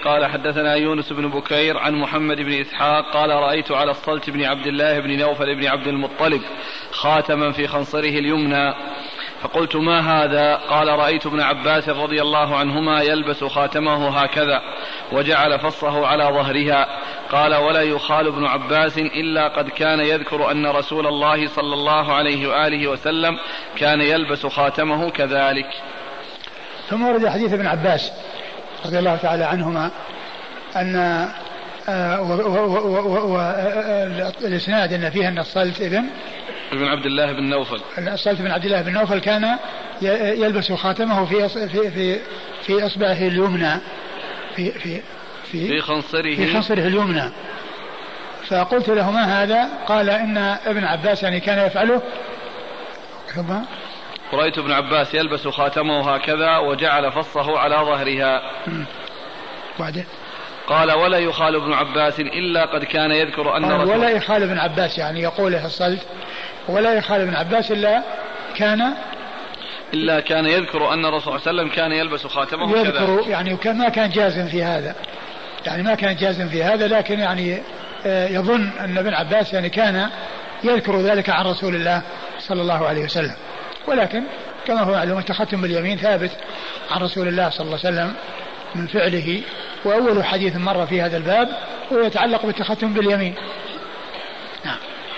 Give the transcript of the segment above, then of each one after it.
قال حدثنا يونس بن بكير عن محمد بن إسحاق قال رأيت على الصلت بن عبد الله بن نوفل بن عبد المطلب خاتما في خنصره اليمنى، فقلت ما هذا؟ قال رأيت ابن عباس رضي الله عنهما يلبس خاتمه هكذا وجعل فصه على ظهرها. قال ولا يخال ابن عباس إلا قد كان يذكر أن رسول الله صلى الله عليه وآله وسلم كان يلبس خاتمه كذلك. ثم ورد حديث ابن عباس رضي الله تعالى عنهما أن الإسناد أن فيه أن الصلت ابن عبد الله بن نوفل، الصلت بن عبد الله بن نوفل كان يلبس خاتمه في إصبعه اليمنى في خنصره اليمنى. فقلت له ما هذا؟ قال إن ابن عباس يعني كان يفعله. ثم رأيت ابن عباس يلبس خاتمه هكذا وجعل فصه على ظهرها. بعده قال ولا يخال ابن عباس إلا قد كان يذكر أن ولا يخال ابن عباس يعني يقوله الصلت ولا يخال ابن عباس إلا كان يذكر أن الرسول صلى الله عليه وسلم كان يلبس خاتمه يذكر يعني ما كان جازم في هذا، يعني ما كان جازم في هذا، لكن يعني يظن أن ابن عباس يعني كان يذكر ذلك عن رسول الله صلى الله عليه وسلم. ولكن كما هو معلوم التختم باليمين ثابت عن رسول الله صلى الله عليه وسلم من فعله، وأول حديث مر في هذا الباب ويتعلق بالتختم باليمين. نعم.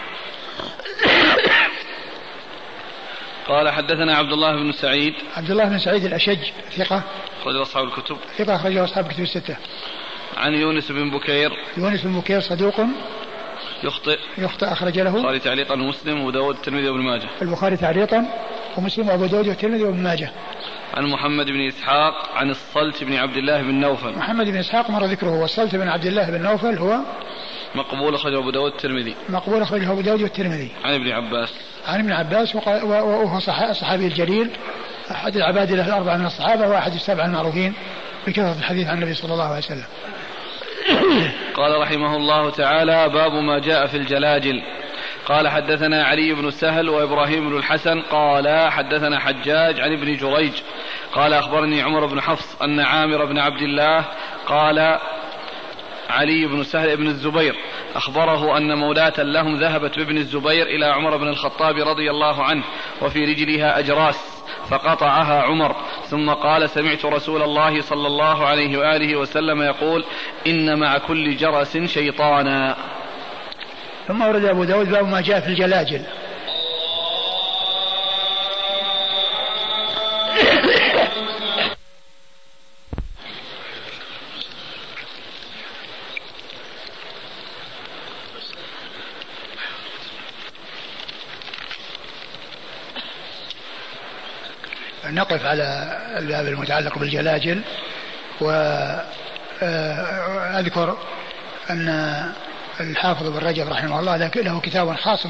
قال حدثنا عبد الله بن سعيد الأشج ثقة أخرجه أصحاب الكتب أخرجه أصحاب الكتب الستة. عن يونس بن بكير صدوق يخطئ أخرج له البخاري تعليقا ومسلم وداود والترمذي وابن ماجه. البخاري تعليقا ومسلم وأبو داود والترمذي وابن ماجه. عن محمد بن إسحاق عن الصلت بن عبد الله بن نوفل. محمد بن إسحاق مر ذكره، والصلت بن عبد الله بن نوفل هو مقبول أخرجه أبو داود والترمذي. عن ابن عباس وهو الصحابي الجليل أحد العبادلة الأربعة من الصحابة وأحد السبعة المعروفين بكثرة الحديث عن النبي صلى الله عليه وسلم. قال رحمه الله تعالى باب ما جاء في الجلاجل. قال حدثنا علي بن سهل وإبراهيم بن الحسن قال حدثنا حجاج عن ابن جريج قال أخبرني عمر بن حفص أن عامر بن عبد الله قال علي بن سهل بن الزبير أخبره أن مولاة لهم ذهبت بابن الزبير إلى عمر بن الخطاب رضي الله عنه وفي رجلها أجراس فقطعها عمر، ثم قال سمعت رسول الله صلى الله عليه وآله وسلم يقول إن مع كل جرس شيطانا. ثم ورد أبو داود باب ما جاء في الجلاجل. نقف على الباب المتعلق بالجلاجل، وأذكر أن الحافظ بن رجب رحمه الله له كتاب خاص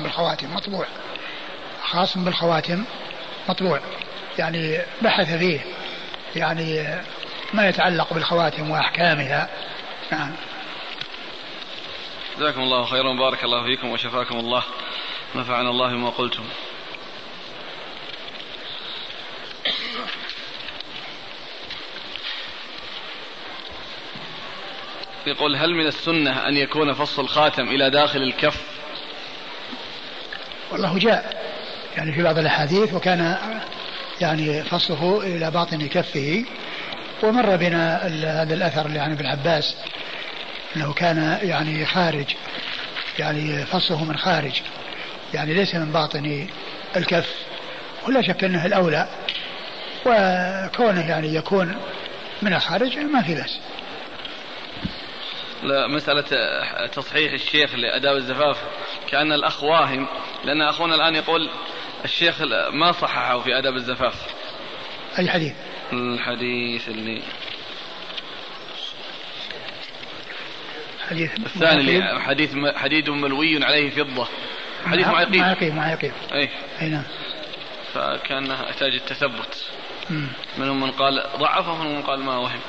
بالخواتم مطبوع يعني بحث فيه يعني ما يتعلق بالخواتم وأحكامها. نعم. جزاكم الله خيرا وبارك الله فيكم وشفاكم الله، نفعنا الله بما قلتم. يقول هل من السنة أن يكون فص الخاتم إلى داخل الكف؟ والله جاء يعني في بعض الأحاديث وكان يعني فصه إلى باطن كفه، ومر بنا هذا الأثر اللي عن ابن عباس أنه كان يعني خارج يعني فصه من خارج يعني ليس من باطن الكف، ولا شك أنه الأولى، وكونه يعني يكون من الخارج ما في بأس. لا مسألة تصحيح الشيخ لآداب الزفاف كأن الأخ واهم، لأن أخونا الآن يقول الشيخ ما صححه في آداب الزفاف. أي حديث؟ الحديث اللي حديث الثاني اللي حديد ملوي عليه فضة، حديث معيقين. أي نعم. فكان يحتاج التثبت. منهم من قال ضعفه ومنهم من قال ما وهم.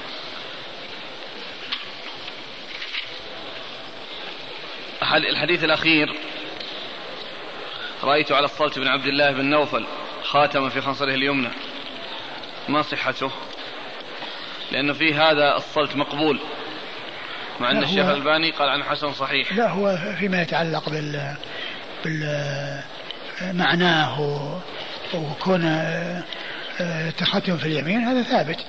الحديث الأخير رأيت على الصلت بن عبد الله بن نوفل خاتم في خنصره اليمنى، ما صحته؟ لأنه في هذا الصلت مقبول مع أن الشيخ الألباني قال عن حسن صحيح. لا هو فيما يتعلق معناه وكون التختم في اليمين هذا ثابت.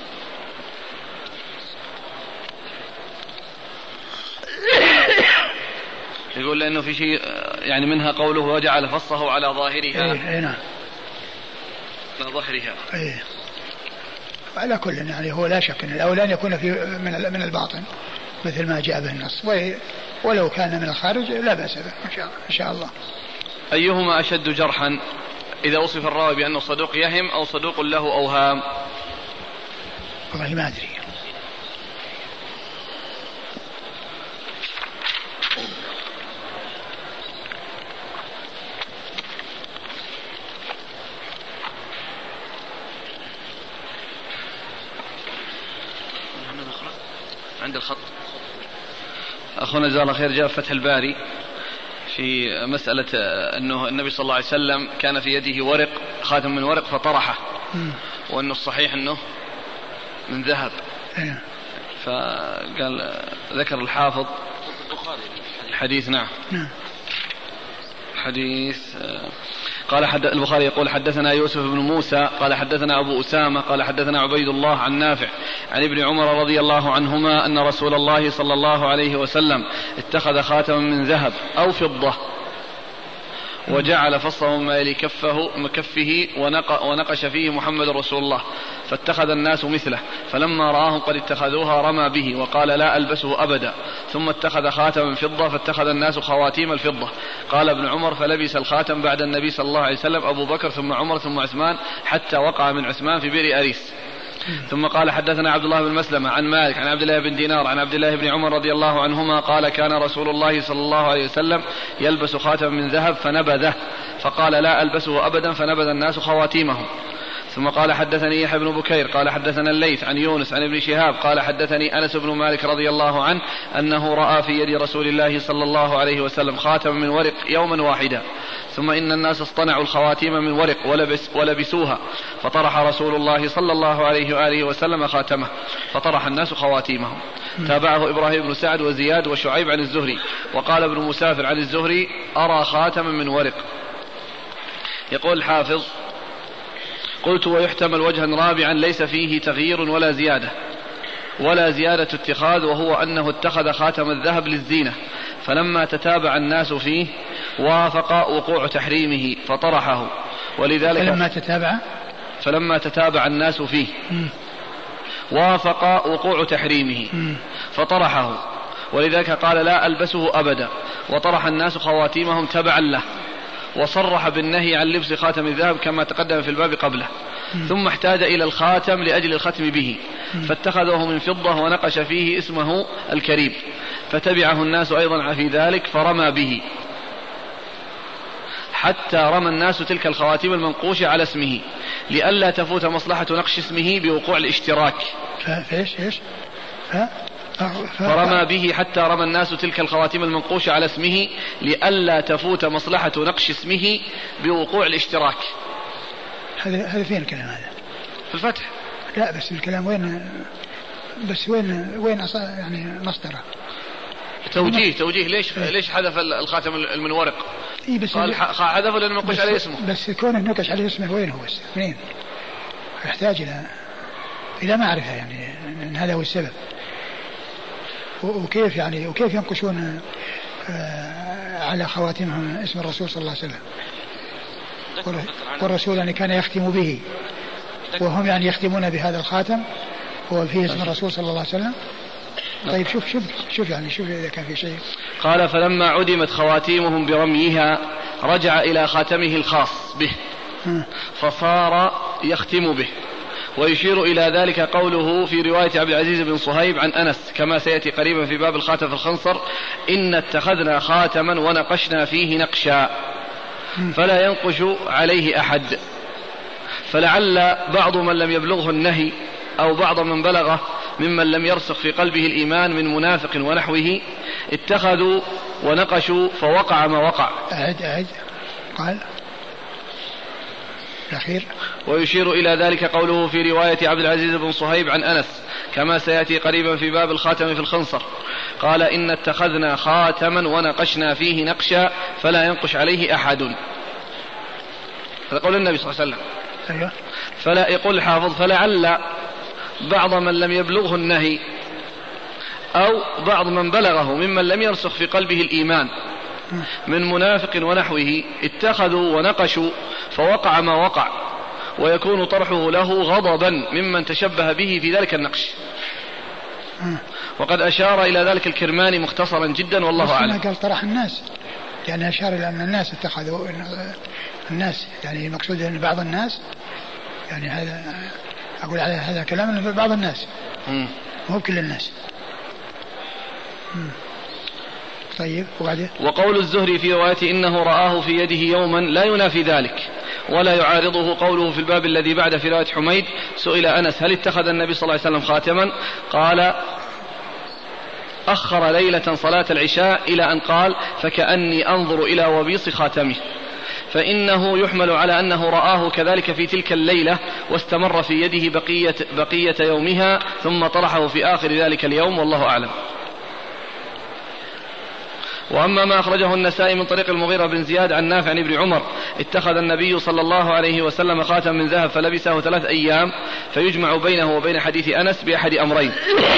يقول لأنه في شيء يعني منها قوله وجعل فصه على ظاهرها. إيه نعم. على ظهرها. إيه. على كل يعني هو لا شك أن الأولى أن يكون في من الباطن مثل ما جاء به النص، ولو كان من الخارج لا بأس به إن شاء الله. أيهما أشد جرحا إذا وصف الراوي بأنه صدوق يهم أو صدوق له أوهام؟ والله ما أدري. عند الخط أخونا جزاه الله خير جاء فتح الباري في مسألة أنه النبي صلى الله عليه وسلم كان في يده ورق خاتم من ورق فطرحه وأنه الصحيح أنه من ذهب. فقال ذكر الحافظ الحديث. نعم حديث قال البخاري يقول حدثنا يوسف بن موسى قال حدثنا أبو أسامة قال حدثنا عبيد الله عن نافع عن ابن عمر رضي الله عنهما أن رسول الله صلى الله عليه وسلم اتخذ خاتما من ذهب أو فضة وجعل فصه ما يلي كفه ونقش فيه محمد رسول الله فاتخذ الناس مثله فلما رآهم قد اتخذوها رمى به وقال لا ألبسه أبدا ثم اتخذ خاتما من فضة فاتخذ الناس خواتيم الفضة. قال ابن عمر فلبس الخاتم بعد النبي صلى الله عليه وسلم أبو بكر ثم عمر ثم عثمان حتى وقع من عثمان في بئر أريس. ثم قال حدثنا عبد الله بن مسلمة عن مالك عن عبد الله بن دينار عن عبد الله بن عمر رضي الله عنهما قال كان رسول الله صلى الله عليه وسلم يلبس خاتما من ذهب فنبذه فقال لا ألبسه أبدا فنبذ الناس خواتيمهم. ثم قال حدثني يحيى بن بكير قال حدثنا الليث عن يونس عن ابن شهاب قال حدثني أنس بن مالك رضي الله عنه أنه رأى في يد رسول الله صلى الله عليه وسلم خاتما من ورق يوما واحدا ثم إن الناس اصطنعوا الخواتيم من ورق ولبسوها فطرح رسول الله صلى الله عليه وآله وسلم خاتمه فطرح الناس خواتيمهم. تابعه إبراهيم بن سعد وزياد وشعيب عن الزهري وقال ابن مسافر عن الزهري أرى خاتما من ورق. يقول الحافظ قلت ويحتمل وجها رابعا ليس فيه تغيير ولا زيادة اتخاذ وهو أنه اتخذ خاتم الذهب للزينة فلما تتابع الناس فيه وافق وقوع تحريمه فطرحه ولذلك فلما تتابع الناس فيه وافق وقوع تحريمه فطرحه ولذلك قال لا ألبسه أبدا وطرح الناس خواتيمهم تبعا له وصرح بالنهي عن لبس خاتم الذهب كما تقدم في الباب قبله. ثم احتاج إلى الخاتم لأجل الختم به فاتخذه من فضة ونقش فيه اسمه الكريم فتبعه الناس أيضا في ذلك فرمى به حتى رمى الناس تلك الخواتيم المنقوشة على اسمه لئلا تفوت مصلحة نقش اسمه بوقوع الاشتراك. فرمى به حتى رمى الناس تلك الخواتيم المنقوشة على اسمه لئلا تفوت مصلحة نقش اسمه بوقوع الاشتراك. هذا فين الكلام هذا؟ في الفتح. لا بس الكلام وين يعني مصدره توجيه ليش حذف الخاتم من ورق؟ قال حذفه لأنه منقوش عليه اسمه. بس كونه نقش عليه اسمه وين هو منين؟ يحتاج إلى معرفة يعني أن هذا هو السبب. وكيف ينقشون على خواتمهم اسم الرسول صلى الله عليه وسلم والرسول يعني كان يختم به وهم يعني يختمون بهذا الخاتم هو فيه اسم الرسول صلى الله عليه وسلم. طيب شوف إذا كان في شيء. قال فلما عدمت خواتيمهم برميها رجع إلى خاتمه الخاص به فصار يختم به. ويشير إلى ذلك قوله في رواية عبد العزيز بن صهيب عن أنس كما سيأتي قريبا في باب الخاتم في الخنصر إن اتخذنا خاتما ونقشنا فيه نقشا فلا ينقش عليه أحد. فلعل بعض من لم يبلغه النهي أو بعض من بلغه ممن لم يرسخ في قلبه الإيمان من منافق ونحوه اتخذوا ونقشوا فوقع ما وقع. أعد قال الأخير. ويشير إلى ذلك قوله في رواية عبد العزيز بن صهيب عن أنس كما سيأتي قريبا في باب الخاتم في الخنصر، قال إن اتخذنا خاتما ونقشنا فيه نقشا فلا ينقش عليه أحد. هذا قول النبي صلى الله عليه وسلم. أيوة. فلا يقول الحافظ فلعل بعض من لم يبلغه النهي أو بعض من بلغه ممن لم يرسخ في قلبه الإيمان من منافق ونحوه اتخذوا ونقشوا فوقع ما وقع، ويكون طرحه له غضبا ممن تشبه به في ذلك النقش. وقد أشار إلى ذلك الكرماني مختصرا جدا والله أعلم. قال طرح الناس، يعني أشار إلى أن الناس اتخذوا الناس، يعني المقصود أن بعض الناس، يعني هذا أقول على هذا كلام بعض الناس مو كل الناس. طيب وبعدين. وقول الزهري في روايته إنه رآه في يده يوما لا ينافي ذلك ولا يعارضه قوله في الباب الذي بعد في رواية حميد سئل أنس هل اتخذ النبي صلى الله عليه وسلم خاتما؟ قال أخر ليلة صلاة العشاء إلى أن قال فكأني أنظر إلى وبيص خاتمه، فإنه يحمل على أنه رآه كذلك في تلك الليلة واستمر في يده بقية يومها ثم طرحه في آخر ذلك اليوم والله أعلم. وأما ما أخرجه النسائي من طريق المغيرة بن زياد عن نافع عن ابن عمر اتخذ النبي صلى الله عليه وسلم خاتم من ذهب فلبسه 3 أيام، فيجمع بينه وبين حديث أنس بأحد أمرين: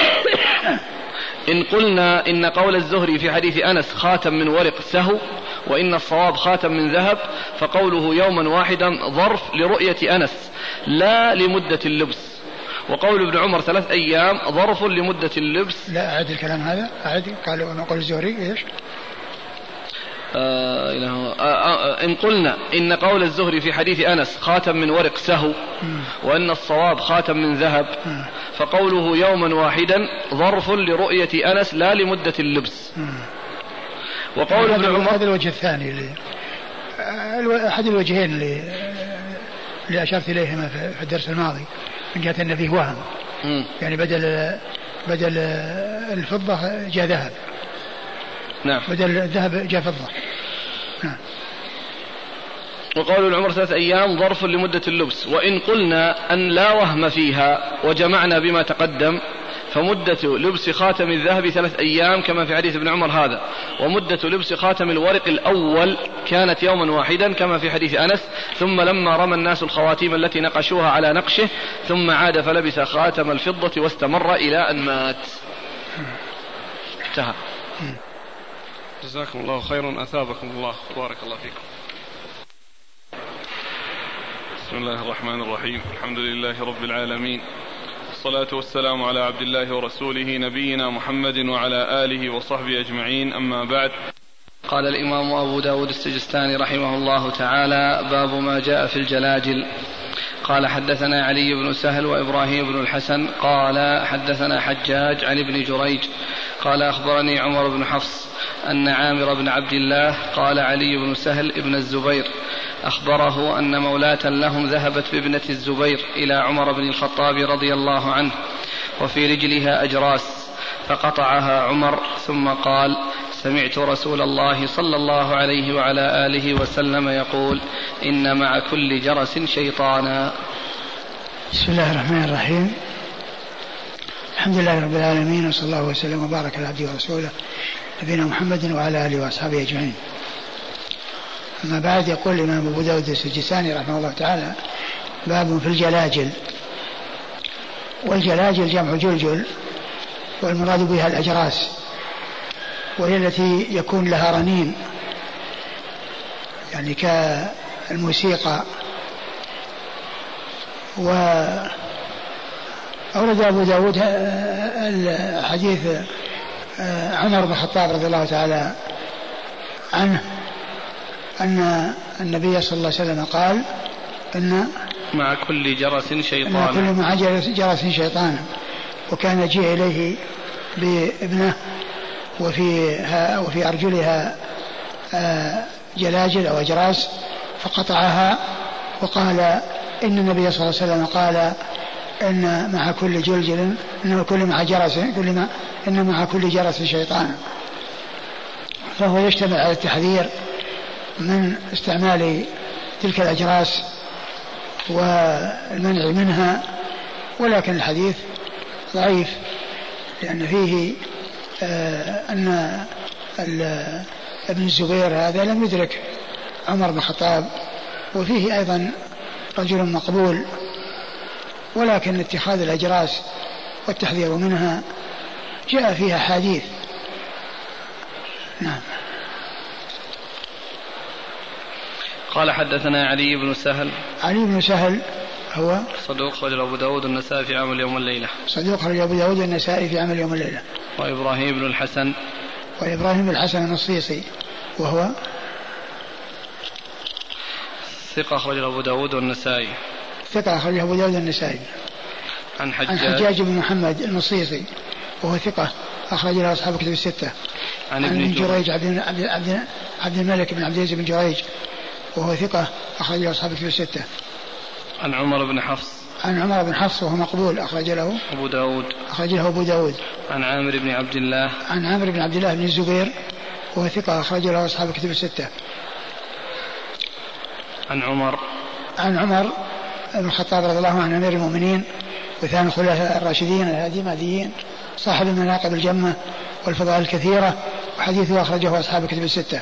إن قلنا إن قول الزهري في حديث أنس خاتم من ورق سهو، وإن الصواب خاتم من ذهب، فقوله يوما واحدا ظرف لرؤية أنس لا لمدة اللبس، وقول ابن عمر 3 أيام ظرف لمدة اللبس. لا أعد الكلام هذا، أعد قالوا أن قول الزهري إيش؟ إن قلنا إن قول الزهري في حديث أنس خاتم من ورق سهو وأن الصواب خاتم من ذهب، فقوله يوما واحدا ظرف لرؤية أنس لا لمدة اللبس. وقول ابن عمر هذا الوجه الثاني أحد الوجهين اللي أشرت إليهما في الدرس الماضي من جهة أن فيه وهم، يعني بدل الفضة جاء ذهب. نعم. بدل الذهب جاء فضة. نعم. وقول العمر 3 أيام ظرف لمدة اللبس. وإن قلنا أن لا وهم فيها وجمعنا بما تقدم، فمدة لبس خاتم الذهب 3 أيام كما في حديث ابن عمر هذا، ومدة لبس خاتم الورق الأول كانت يوما واحدا كما في حديث أنس، ثم لما رمى الناس الخواتيم التي نقشوها على نقشه ثم عاد فلبس خاتم الفضة واستمر إلى أن مات. انتهى. جزاكم الله خيرا، أثابكم الله، بارك الله فيكم. بسم الله الرحمن الرحيم، الحمد لله رب العالمين، والصلاة والسلام على عبد الله ورسوله نبينا محمد وعلى آله وصحبه أجمعين، أما بعد. قال الإمام أبو داود السجستاني رحمه الله تعالى: باب ما جاء في الجلاجل. قال حدثنا علي بن سهل وإبراهيم بن الحسن قال حدثنا حجاج عن ابن جريج قال أخبرني عمر بن حفص أن عامر بن عبد الله قال علي بن سهل ابن الزبير أخبره أن مولاة لهم ذهبت بابنة الزبير إلى عمر بن الخطاب رضي الله عنه وفي رجلها أجراس، فقطعها عمر ثم قال: سمعت رسول الله صلى الله عليه وعلى آله وسلم يقول: إن مع كل جرس شيطانا. بسم الله الرحمن الرحيم، الحمد لله رب العالمين، وصلى الله وسلم وبارك على عبده ورسوله نبينا محمد وعلى آله وأصحابه أجمعين. أما بعد، يقول الإمام أبو داود السجستاني رحمه الله تعالى: باب في الجلاجل. والجلاجل جمع جلجل، والمراد بها الأجراس، وهي التي يكون لها رنين يعني كالموسيقى. وأورد أبو داود الحديث عمر بن الخطاب رضي الله تعالى عنه أن النبي صلى الله عليه وسلم قال: إن مع كل جرس شيطان، كل مع جرس شيطان. وكان يجيء إليه بابنه وفي أرجلها جلاجل أو أجراس، فقطعها وقال إن النبي صلى الله عليه وسلم قال: إن مع كل جلجل إن مع كل جرس شيطان. فهو يشتمل على التحذير من استعمال تلك الأجراس والمنع منها، ولكن الحديث ضعيف لأن فيه أن ابن الزبير هذا لم يدرك عمر بن الخطاب، وفيه أيضا رجل مقبول، ولكن اتخاذ الأجراس والتحذير منها جاء فيها حديث. نعم. قال حدثنا علي بن سهل. علي بن سهل هو صدوق خرج أبو داود النسائي في عمل يوم الليلة. صدوق خرج أبو داود النسائي في عمل يوم الليلة. وإبراهيم بن الحسن. وإبراهيم بن الحسن النصيصي وهو ثقة خرج أبو داود والنسائي. ثقة خرج أبو داود النسائي. عن حجاج بن محمد النصيصي وهو ثقة أخرج له أصحاب الكتب الستة. عن ابن جريج عبد الملك بن عبد العزيز بن جريج وهو ثقة أخرج له أصحاب الكتب الستة. عن عمر بن حفص. عن عمر بن حفص وهو مقبول أخرج له أبو داود. أخرج له أبو داود. عن عامر بن عبد الله. عن عامر بن عبد الله بن الزبير وهو ثقة أخرج له أصحاب الكتب الستة. عن عمر. عن عمر بن الخطاب رضي الله عنه أمير المؤمنين وثاني الخلفاء الراشدين الهادي المهديين صاحب المناقب الجمة والفضائل الكثيرة، وحديثه أخرجه أصحاب الكتب الستة.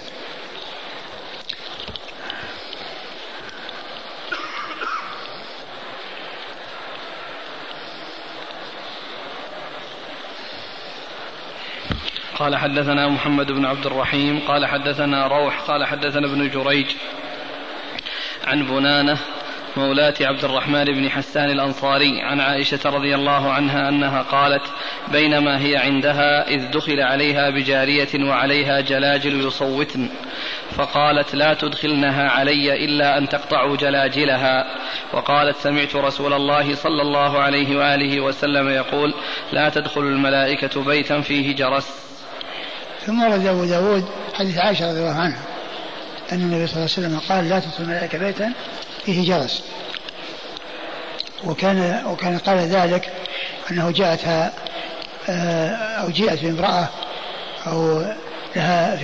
قال حدثنا محمد بن عبد الرحيم قال حدثنا روح قال حدثنا ابن جريج عن بنانة مولاة عبد الرحمن بن حسان الأنصاري عن عائشة رضي الله عنها أنها قالت بينما هي عندها إذ دخل عليها بجارية وعليها جلاجل يصوتن فقالت لا تدخلنها علي إلا أن تقطعوا جلاجلها، وقالت سمعت رسول الله صلى الله عليه وآله وسلم يقول لا تدخل الملائكة بيتا فيه جرس. ثم ورد أبو داود حديث عائشة رضي الله عنها أن النبي صلى الله عليه وسلم قال لا تدخل الملائكة بيتا فيه جرس، وكان قال ذلك أنه جاءتها أو جاءت بامرأة أو لها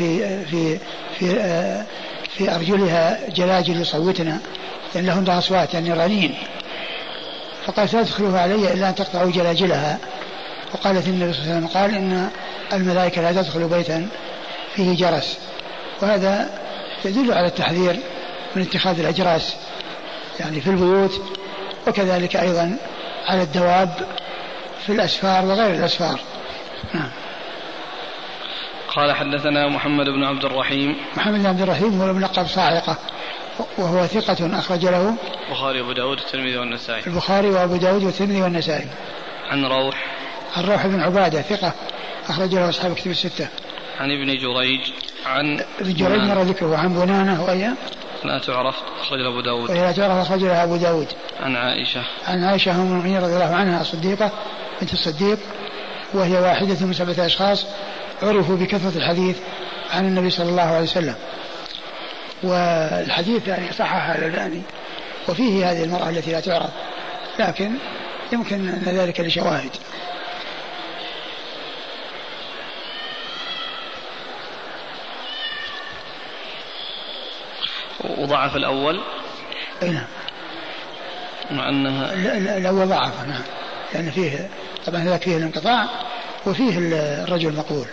في أرجلها جلاجل يصوتنا لأن لهن أصوات يعني رنين، فقال لا تدخلوها علي إلا أن تقطعوا جلاجلها. وقالت النبي صلى الله عليه وسلم قال إن الملائكة لا تدخل بيتا فيه جرس، وهذا يدل على التحذير من اتخاذ الأجراس يعني في البيوت، وكذلك أيضا على الدواب في الأسفار وغير الأسفار. نعم. قال حدثنا محمد بن عبد الرحيم. محمد بن عبد الرحيم هو ملقب صاعقة وهو ثقة أخرج له البخاري وأبو داود والترمذي والنسائي. البخاري وأبو داود والترمذي والنسائي. عن روح. عن روح بن عبادة ثقة أخرج له أصحاب الكتب الستة. عن ابن جريج. عن ابن جريج مر ذكره. عن بنانة وهي لا تعرف أخرج له أبو داود. وهي لا تعرف أخرج له أبو داود. عن عائشة. عن عائشة أم المؤمنين رضي الله عنها الصديقة بنت الصديق، وهي واحدة من 7 أشخاص عرفوا بكثرة الحديث عن النبي صلى الله عليه وسلم، والحديث يعني صححه الألباني وفيه هذه المرأة التي لا تعرف، لكن يمكن أن ذلك لشواهد. وضعف الأول. نعم. مع أنها الأول ضعف. نعم. لأن فيه طبعا ذاك فيه الانقطاع وفيه الرجل مقبول.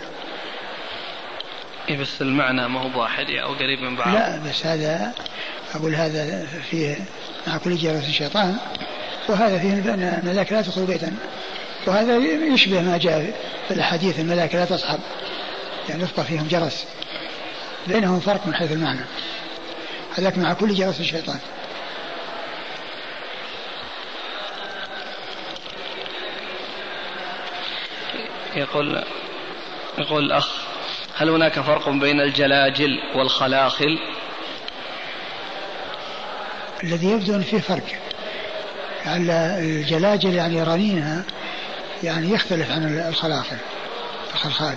بس المعنى ما هو واحد أو قريب من بعض. لا بس هذا أقول هذا فيه مع كل جرس الشيطان، وهذا فيه أن الملائكة لا تدخل بيتا، وهذا يشبه ما جاء في الحديث الملائكة لا تصحب يعني يفقى فيهم جرس، بينهم فرق من حيث المعنى، هذاك مع كل جرس الشيطان. يقول الأخ هل هناك فرق بين الجلاجل والخلاخل؟ الذي يبدو أن فيه فرق، يعني الجلاجل يعني رنينها يعني يختلف عن الخلاخل. الخلخال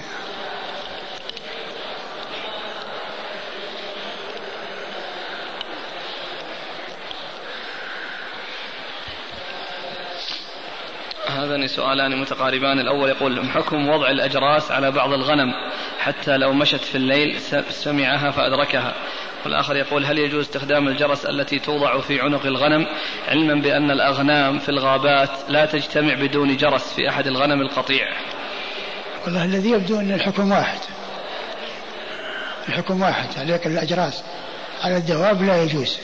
هذان سؤالان متقاربان. الأول يقول حكم وضع الأجراس على بعض الغنم حتى لو مشت في الليل سمعها فأدركها. والآخر يقول هل يجوز استخدام الجرس التي توضع في عنق الغنم علما بأن الأغنام في الغابات لا تجتمع بدون جرس في أحد الغنم القطيع؟ والله الذي يبدو أن الحكم واحد عليك الأجراس على الدواب لا يجوز،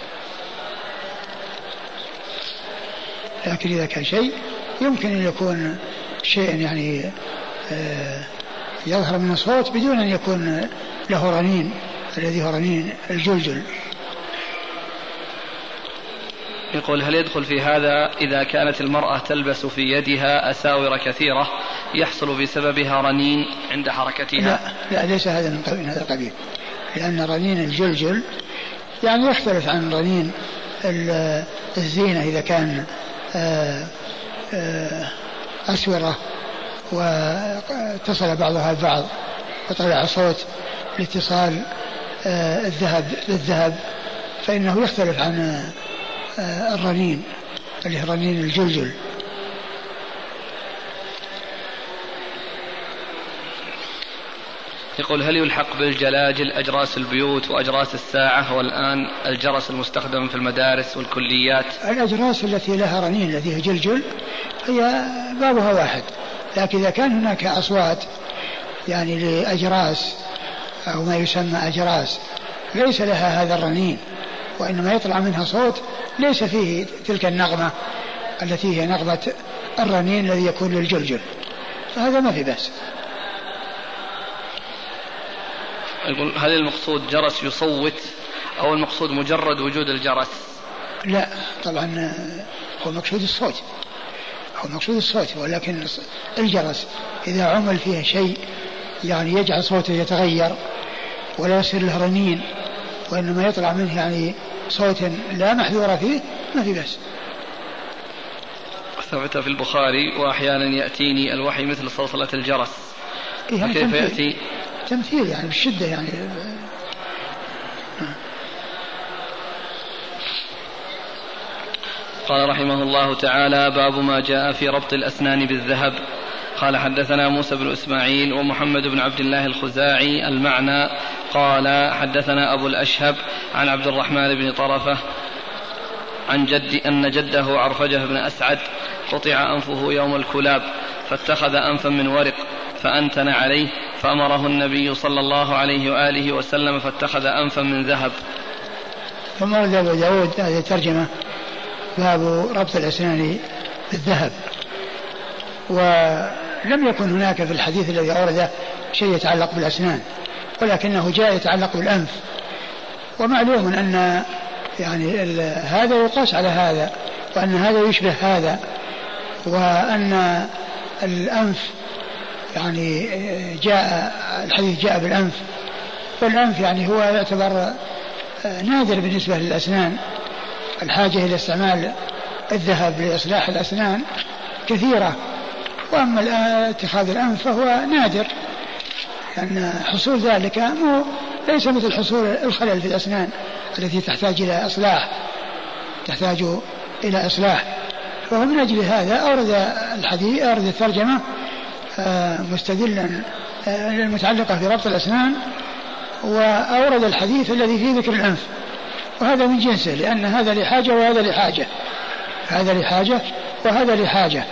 لكن إذا كان شيء يمكن أن يكون شيء يعني يظهر من الصوت بدون أن يكون له رنين، الذي هو رنين الجلجل. يقول هل يدخل في هذا إذا كانت المرأة تلبس في يدها أساور كثيرة يحصل بسببها رنين عند حركتها؟ لا ليس هذا من هذا القبيل، لأن رنين الجلجل يعني يختلف عن رنين الزينة إذا كان أسورة واتصل بعضها ببعض وطلع صوت لاتصال الذهب بالذهب فإنه يختلف عن الرنين اللي هو رنين الجلجل. يقول هل يلحق بالجلاجل أجراس البيوت وأجراس الساعة والآن الجرس المستخدم في المدارس والكليات؟ الأجراس التي لها رنين التي هي جلجل هي بابها واحد، لكن إذا كان هناك أصوات يعني لأجراس أو ما يسمى أجراس ليس لها هذا الرنين وإنما يطلع منها صوت ليس فيه تلك النغمة التي هي نغمة الرنين الذي يكون للجلجل، فهذا ما في بأس. يقول هل المقصود جرس يصوت أو المقصود مجرد وجود الجرس؟ لا طبعا هو مقصود الصوت، ولكن الجرس إذا عمل فيه شيء يعني يجعل صوته يتغير ولا يصير له رنين وإنما يطلع منه يعني صوت لا محذور فيه ما في بأس. ثبت في البخاري وأحيانا يأتيني الوحي مثل صلصلة الجرس، يعني كيف يأتي؟ تمثيل يعني بالشدة يعني. قال رحمه الله تعالى باب ما جاء في ربط الأسنان بالذهب. قال حدثنا موسى بن إسماعيل ومحمد بن عبد الله الخزاعي المعنى قال حدثنا أبو الأشهب عن عبد الرحمن بن طرفة عن أن جده عرفجة بن أسعد قطع أنفه يوم الكلاب فاتخذ أنفا من ورق فأنتن عليه فأمره النبي صلى الله عليه وآله وسلم فاتخذ أنفا من ذهب. ثم ورد أبو داود هذه الترجمة باب ربط الأسنان بالذهب، ولم يكن هناك في الحديث الذي أورده شيء يتعلق بالأسنان ولكنه جاء يتعلق بالأنف، ومعلوم أن يعني هذا يقاس على هذا وأن هذا يشبه هذا، وأن الأنف يعني الحديث جاء بالأنف، والأنف يعني هو يعتبر نادر بالنسبة للأسنان، الحاجة إلى استعمال الذهب لإصلاح الأسنان كثيرة، وأما اتخاذ الأنف فهو نادر، لأن حصول ذلك ليس مثل حصول الخلل في الأسنان التي تحتاج إلى إصلاح. فهو من أجل هذا أورد الترجمة مستدلا المتعلقة في ربط الأسنان، وأورد الحديث الذي فيه ذكر الأنف، وهذا من جنسه لأن هذا لحاجة وهذا لحاجة، هذا لحاجة وهذا لحاجة.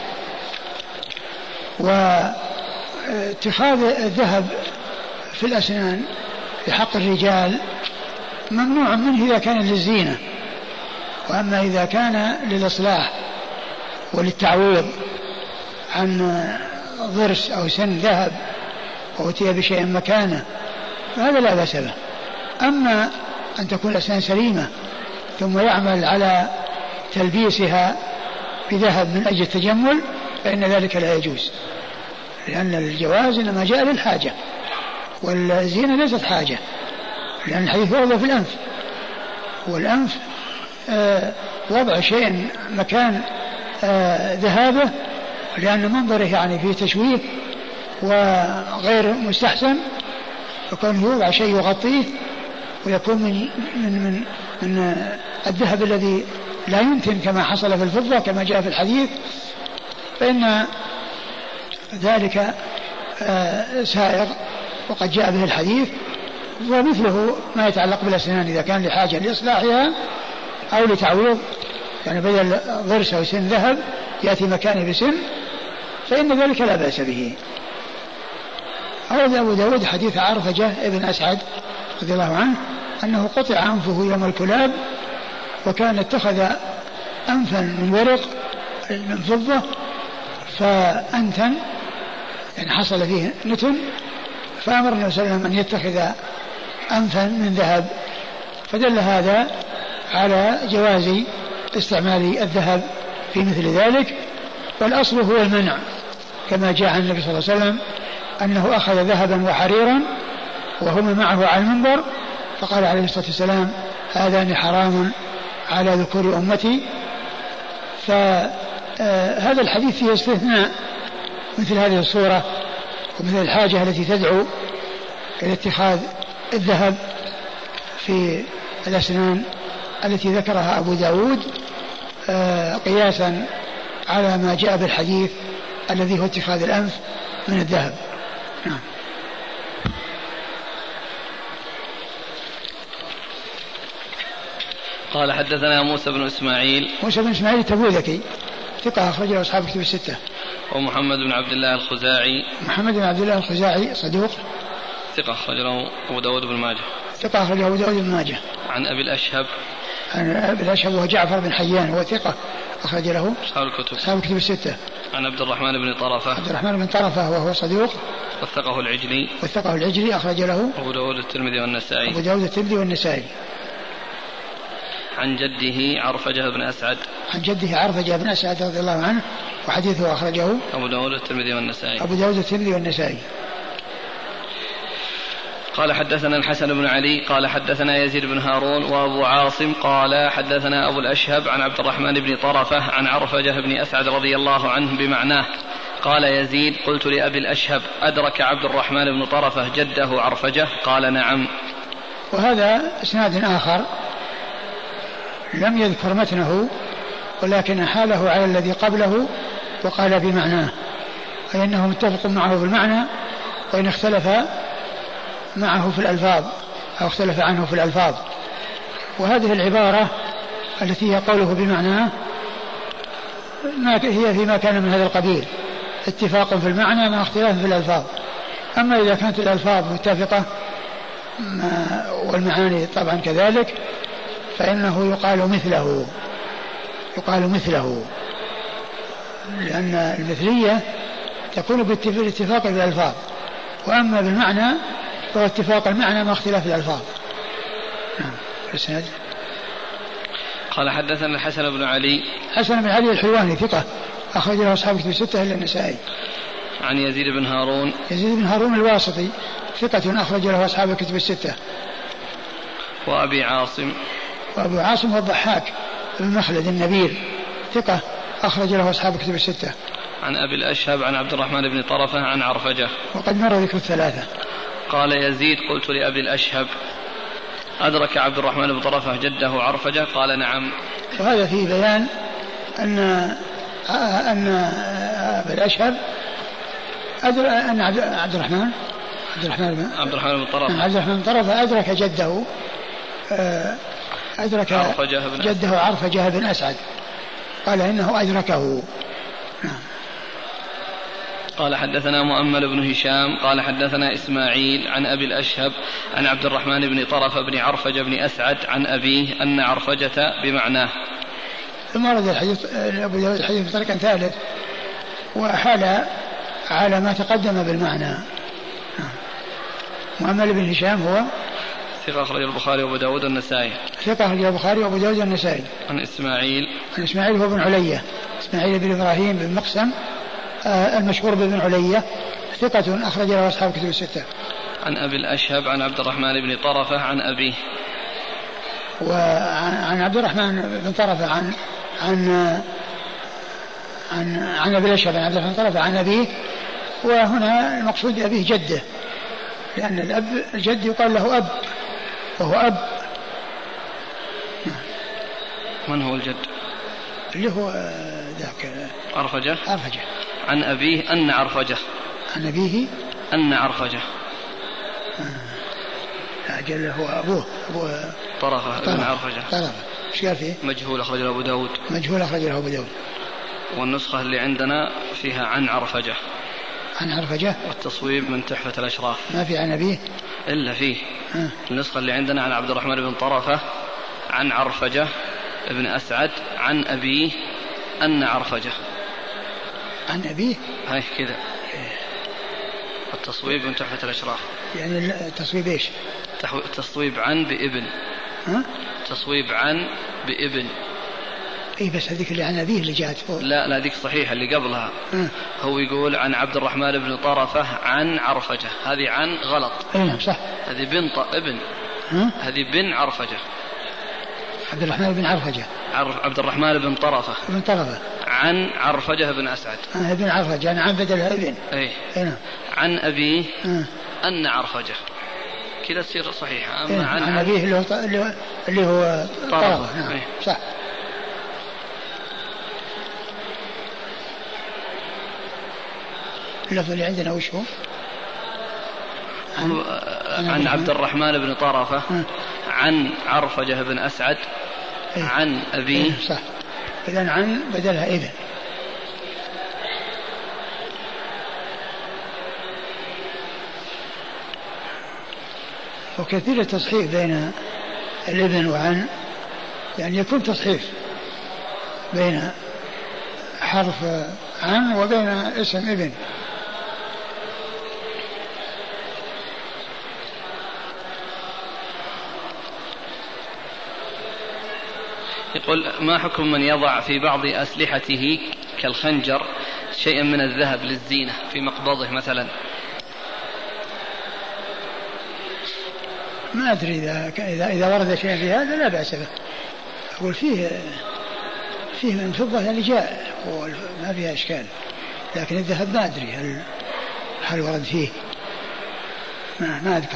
واتخاذ الذهب في الأسنان في حق الرجال ممنوع منه إذا كان للزينة، وأما إذا كان للإصلاح وللتعويض عن ضرس أو سن ذهب وأتي بشيء مكانه فهذا لا بأس به. أما أن تكون الأسنان سليمة ثم يعمل على تلبيسها بذهب من أجل التجمل فإن ذلك لا يجوز، لأن الجواز إنما جاء للحاجة والزينة ليست حاجة، لأن الحديث ورد في الأنف، والأنف وضع شيء مكان ذهابه لأن منظره يعني فيه تشويه وغير مستحسن، يكون يوضع شيء يغطيه ويكون من الذهب الذي لا يمكن كما حصل في الفضة كما جاء في الحديث، فإن ذلك سائغ وقد جاء به الحديث. ومثله ما يتعلق بالأسنان إذا كان لحاجة لإصلاحها أو لتعويض، يعني بدل ضرس أو سن ذهب يأتي مكانه بسن، فإن ذلك لا بأس به. أورد أبو داود حديث عرفجة ابن أسعد رضي الله عنه أنه قطع أنفه يوم الكلاب، وكان اتخذ أنفا من ورق من فضة فأنتن، يعني حصل فيه نتن، فأمر النبي صلى الله عليه وسلم أن يتخذ أنفا من ذهب، فدل هذا على جواز استعمال الذهب في مثل ذلك. والأصل هو المنع، كما جاء عن النبي صلى الله عليه وسلم أنه أخذ ذهبا وحريرا وهما معه على المنبر، فقال عليه الصلاة والسلام هذان حرام على ذكور أمتي. فهذا الحديث فيه استثناء مثل هذه الصورة ومثل الحاجة التي تدعو إلى اتخاذ الذهب في الأسنان التي ذكرها أبو داود قياسا على ما جاء بالحديث الذي هو اتخاذ الأنف من الذهب. نعم. قال حدثنا موسى بن إسماعيل. موسى بن إسماعيل التبوذكي ثقة أخرجه أصحاب كتب الستة. ومحمد بن عبد الله الخزاعي. محمد بن عبد الله الخزاعي صدوق ثقة أخرجه أبو داود بن ماجه. ثقة أخرجه أبو داود بن ماجه. عن أبي الأشهب. عن أبي الأشهب وهو جعفر بن حيان وهو ثقة أخرج له أصحاب الكتب الستة. عن عبد الرحمن بن طرفة. عبد الرحمن بن طرفة وهو صدوق. وثقه العجلي. وثقه العجلي أخرج له أبو داود الترمذي والنسائي. أبو داود الترمذي والنسائي. عن جده عرفجة بن أسعد. عن جده عرفجة بن أسعد رضي الله عنه وحديثه أخرجه أبو داود الترمذي والنسائي. أبو داود الترمذي والنسائي. قال حدثنا الحسن بن علي قال حدثنا يزيد بن هارون وأبو عاصم قال حدثنا أبو الأشهب عن عبد الرحمن بن طرفة عن عرفجة بن أسعد رضي الله عنه بمعناه. قال يزيد قلت لأبي الأشهب أدرك عبد الرحمن بن طرفة جده عرفجة؟ قال نعم. وهذا إسناد آخر لم يذكر متنه ولكن حاله على الذي قبله وقال بمعناه، أي أنه متفق معه في المعنى وإن اختلف معه في الألفاظ أو اختلف عنه في الألفاظ. وهذه العبارة التي هي قوله بمعناه هي فيما كان من هذا القبيل، اتفاق في المعنى مع اختلاف في الألفاظ. أما إذا كانت الألفاظ متفقة والمعاني طبعا كذلك فإنه يقال مثله لأن المثلية تكون بالاتفاق بالألفاظ، وأما بالمعنى فهو اتفاق المعنى مع اختلاف الألفاظ. نعم. قال حدثنا الحسن بن علي. حسن بن علي الحلواني ثقة أخرج له أصحاب كتب الستة إلا النسائي. عن يزيد بن هارون. يزيد بن هارون الواسطي ثقة أخرج له أصحاب الكتب الستة. وأبي عاصم. وأبو عاصم هو الضحاك بن مخلد النبيل ثقة أخرج له أصحاب الكتب الستة. عن أبي الأشهب عن عبد الرحمن بن طرفة عن عرفجة. وقد مر ذكر الثلاثة. قال يزيد قلت لأبي الأشهب أدرك عبد الرحمن بن طرفة جده عرفجة؟ قال نعم. وهذا فيه بيان أن أبي الأشهب أن عبد الرحمن بن طرفة أدرك جده جده عرفجة بن أسعد، قال إنه أدركه. قال حدثنا مؤمل بن هشام قال حدثنا إسماعيل عن أبي الأشهب عن عبد الرحمن بن طرفة بن عرفجة بن أسعد عن أبيه أن عرفجة بمعناه. ثم ورد الحديث أبو داود الحديث بطريق ثالث وحال على ما تقدم بالمعنى. مؤمل بن هشام هو ثقة أخرج البخاري وأبو داود والنسائي. ثقة أخرج البخاري وأبو داود والنسائي. عن إسماعيل هو بن علية، إسماعيل بن إبراهيم بن مقسم المشهور بن علية ثقة أخرج له أصحاب كتب الستة. عن أبي الأشهب عن عبد الرحمن بن طرفة عن أبيه. وعن عبد الرحمن بن طرفة عن أبي الأشهب عن عبد الرحمن بن طرفة عن أبيه. وهنا المقصود بأبيه جده، لأن الأب الجد يقال له أب وهو أب. من هو الجد؟ اللي هو ذاك عرفجة. عن أبيه أن عرفجة. عن أبيه أن عرفجة. أجل هو أبوه طرفة بن عرفجة. طرفة. إيش قال فيه؟ مجهول أخرجه أبو داود. مجهول أخرجه أبو داود. والنسخة اللي عندنا فيها عن عرفجة. عن عرفجة. والتصويب من تحفة الأشراف. ما في عن أبيه؟ إلا فيه. النسخة اللي عندنا عن عبد الرحمن بن طرفة عن عرفجة ابن أسعد عن أبيه أن عرفجة. عن أبيه؟ هاي كذا. التصويب من تحفة الأشراف. يعني التصويب إيش؟ تصويب عن بابن. ها؟ تصويب عن بابن. اي بس هذيك اللي عن أبيه اللي جاءت فوق. لا ذيك صحيحة اللي قبلها. هو يقول عن عبد الرحمن بن طرفة عن عرفجة، هذه عن غلط. نعم صح. هذه بن ابن. هذه بن عرفجة. عبد الرحمن بن عرفجة. عبد الرحمن بن طرفة. بن طرفة. عن عرفجة بن أسعد. ابن عرفجة، أنا عن بدلها ابن. أي نعم. عن أبيه أن عرفجة، كذا تصير صحيحة. أما عن أبيه اللي هو طرفة. نعم صح. اللفظ اللي عندنا وش هو؟ عن عبد الرحمن بن طرفة عن عرفجة بن أسعد عن أبيه. صح. إذن عن بدلها إذن. وكثير التصحيف بين الابن وعن، يعني يكون تصحيف بين حرف عن وبين اسم ابن. يقول ما حكم من يضع في بعض أسلحته كالخنجر شيئا من الذهب للزينة في مقبضه مثلا؟ ما أدري إذا ورد شيء في هذا لا بأس به. أقول فيه من فضة يعني جاء ما فيها إشكال، لكن الذهب ما أدري هل ورد فيه، ما أذكر.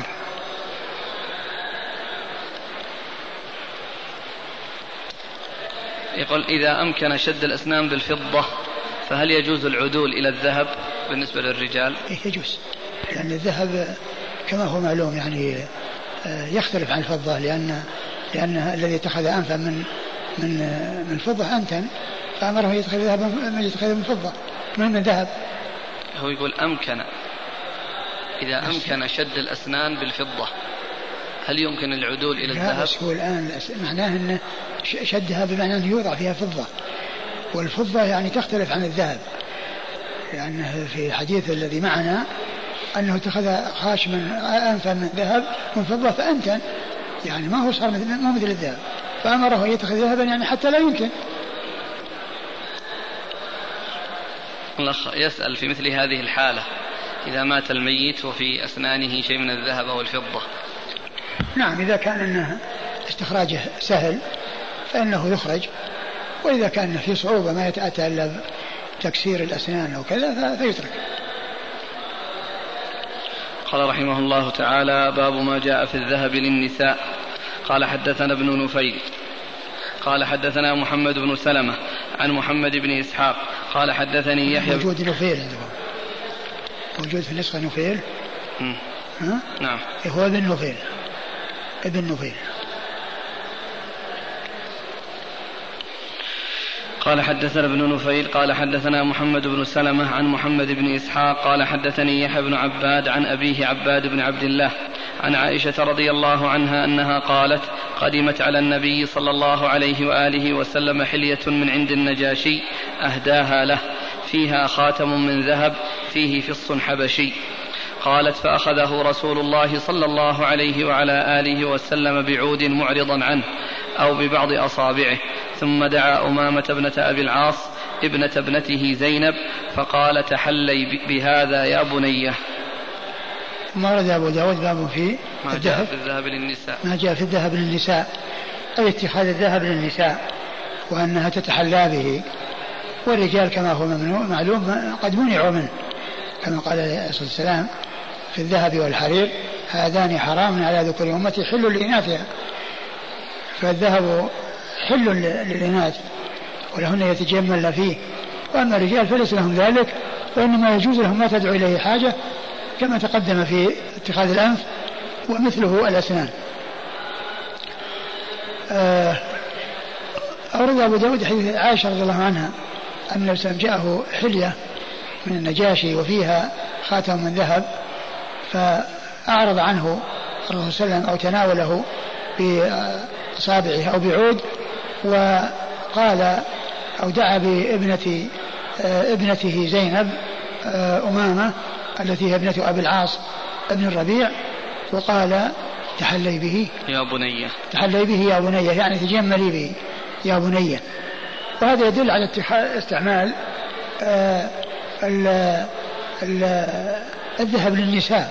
يقول إذا أمكن شد الأسنان بالفضة فهل يجوز العدول إلى الذهب بالنسبة للرجال؟ يجوز، لأن الذهب كما هو معلوم يعني يختلف عن الفضة، لأن الذي اتخذ أنفا من فضة أنتن، فأمره يتخذ من فضة من ذهب. هو يقول أمكن، إذا أمكن شد الأسنان بالفضة هل يمكن العدول إلى الذهب؟ بس هو الآن معناه أن شدها بمعنى أن يوضع فيها فضة، والفضة يعني تختلف عن الذهب، لأنه في الحديث الذي معنا أنه اتخذ خاشما أنفا من ذهب من فضة فأنتن، يعني ما هو صار مثل الذهب، فأمره أن يتخذ ذهبا يعني حتى لا يمكن. الأخ يسأل في مثل هذه الحالة إذا مات الميت وفي أسنانه شيء من الذهب أو الفضة. نعم، إذا كان أنه استخراجه سهل فإنه يخرج، وإذا كان في صعوبة ما يتأتى إلا تكسير الأسنان أو كذا فيترك. قال رحمه الله تعالى: باب ما جاء في الذهب للنساء. قال حدثنا ابن نفيل قال حدثنا محمد بن سلمة عن محمد بن إسحاق قال حدثني يحيى. موجود نفيل عندكم؟ موجود في النسخة نفيل؟ نعم، هو ابن نفيل. قال حدثنا ابن نفيل قال حدثنا محمد بن سلمة عن محمد بن إسحاق قال حدثني يحيى بن عباد عن أبيه عباد بن عبد الله عن عائشة رضي الله عنها أنها قالت: قدمت على النبي صلى الله عليه وآله وسلم حلية من عند النجاشي أهداها له فيها خاتم من ذهب فيه فص حبشي. قالت: فأخذه رسول الله صلى الله عليه وعلى آله وسلم بعود معرضا عنه أو ببعض أصابعه، ثم دعا أمامة ابنة أبي العاص ابنة ابنته زينب فقال: تحلي بهذا يا بنية. ما ورد أبو داود باب في ما جاء في الذهب للنساء. ما جاء في الذهب للنساء، أي اتخاذ الذهب للنساء وأنها تتحلى به، والرجال كما هو معلوم قد منعوا منه، كما قال عليه الصلاة والسلام: في الذهب والحرير هذان حرام على ذكور أمتي حل لإناثها. فالذهب حل للإناث ولهن يتجمل فيه، وأما الرجال فليس لهم ذلك، وإنما يجوز لهم ما تدعو إليه حاجة، كما تقدم في اتخاذ الأنف ومثله الأسنان. أورد أبو داود حديث عائشة رضي الله عنها أن النبي صلى الله عليه وسلم جاءه حلية من النجاشي وفيها خاتم من ذهب، فأعرض عنه الرسول صلى الله عليه وسلم أو تناوله بأصابعه أو بعود، وقال أو دعا ابنته زينب أمامة التي هي ابنة أبي العاص ابن الربيع، وقال تحلي به يا بنية، تحلي به يا بنية، يعني تجملي به يا بنية. وهذا يدل على استعمال الذهب للنساء،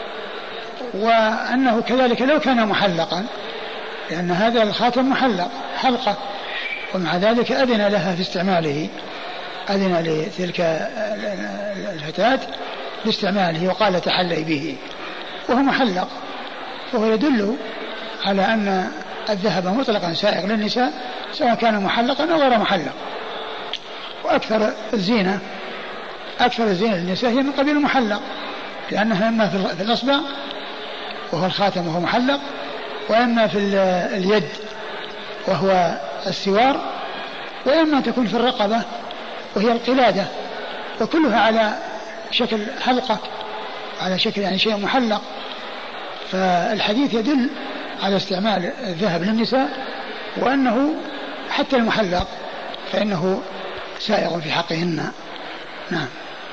وأنه كذلك لو كان محلقا، لأن هذا الخاتم محلق حلقة، ومع ذلك أذن لها في استعماله، أذن لتلك الفتاة باستعماله وقال تحلي به وهو محلق، وهو يدل على أن الذهب مطلقا سائغ للنساء سواء كان محلقا أو غير محلق. وأكثر الزينة للنساء هي من قبيل المحلق، لأنها إما في الأصبع وهو الخاتم وهو محلق، وإما في اليد وهو السوار، وإما تكون في الرقبة وهي القلادة، وكلها على شكل حلقة، على شكل يعني شيء محلق. فالحديث يدل على استعمال الذهب للنساء، وأنه حتى المحلق فإنه سائغ في حقهن. نعم.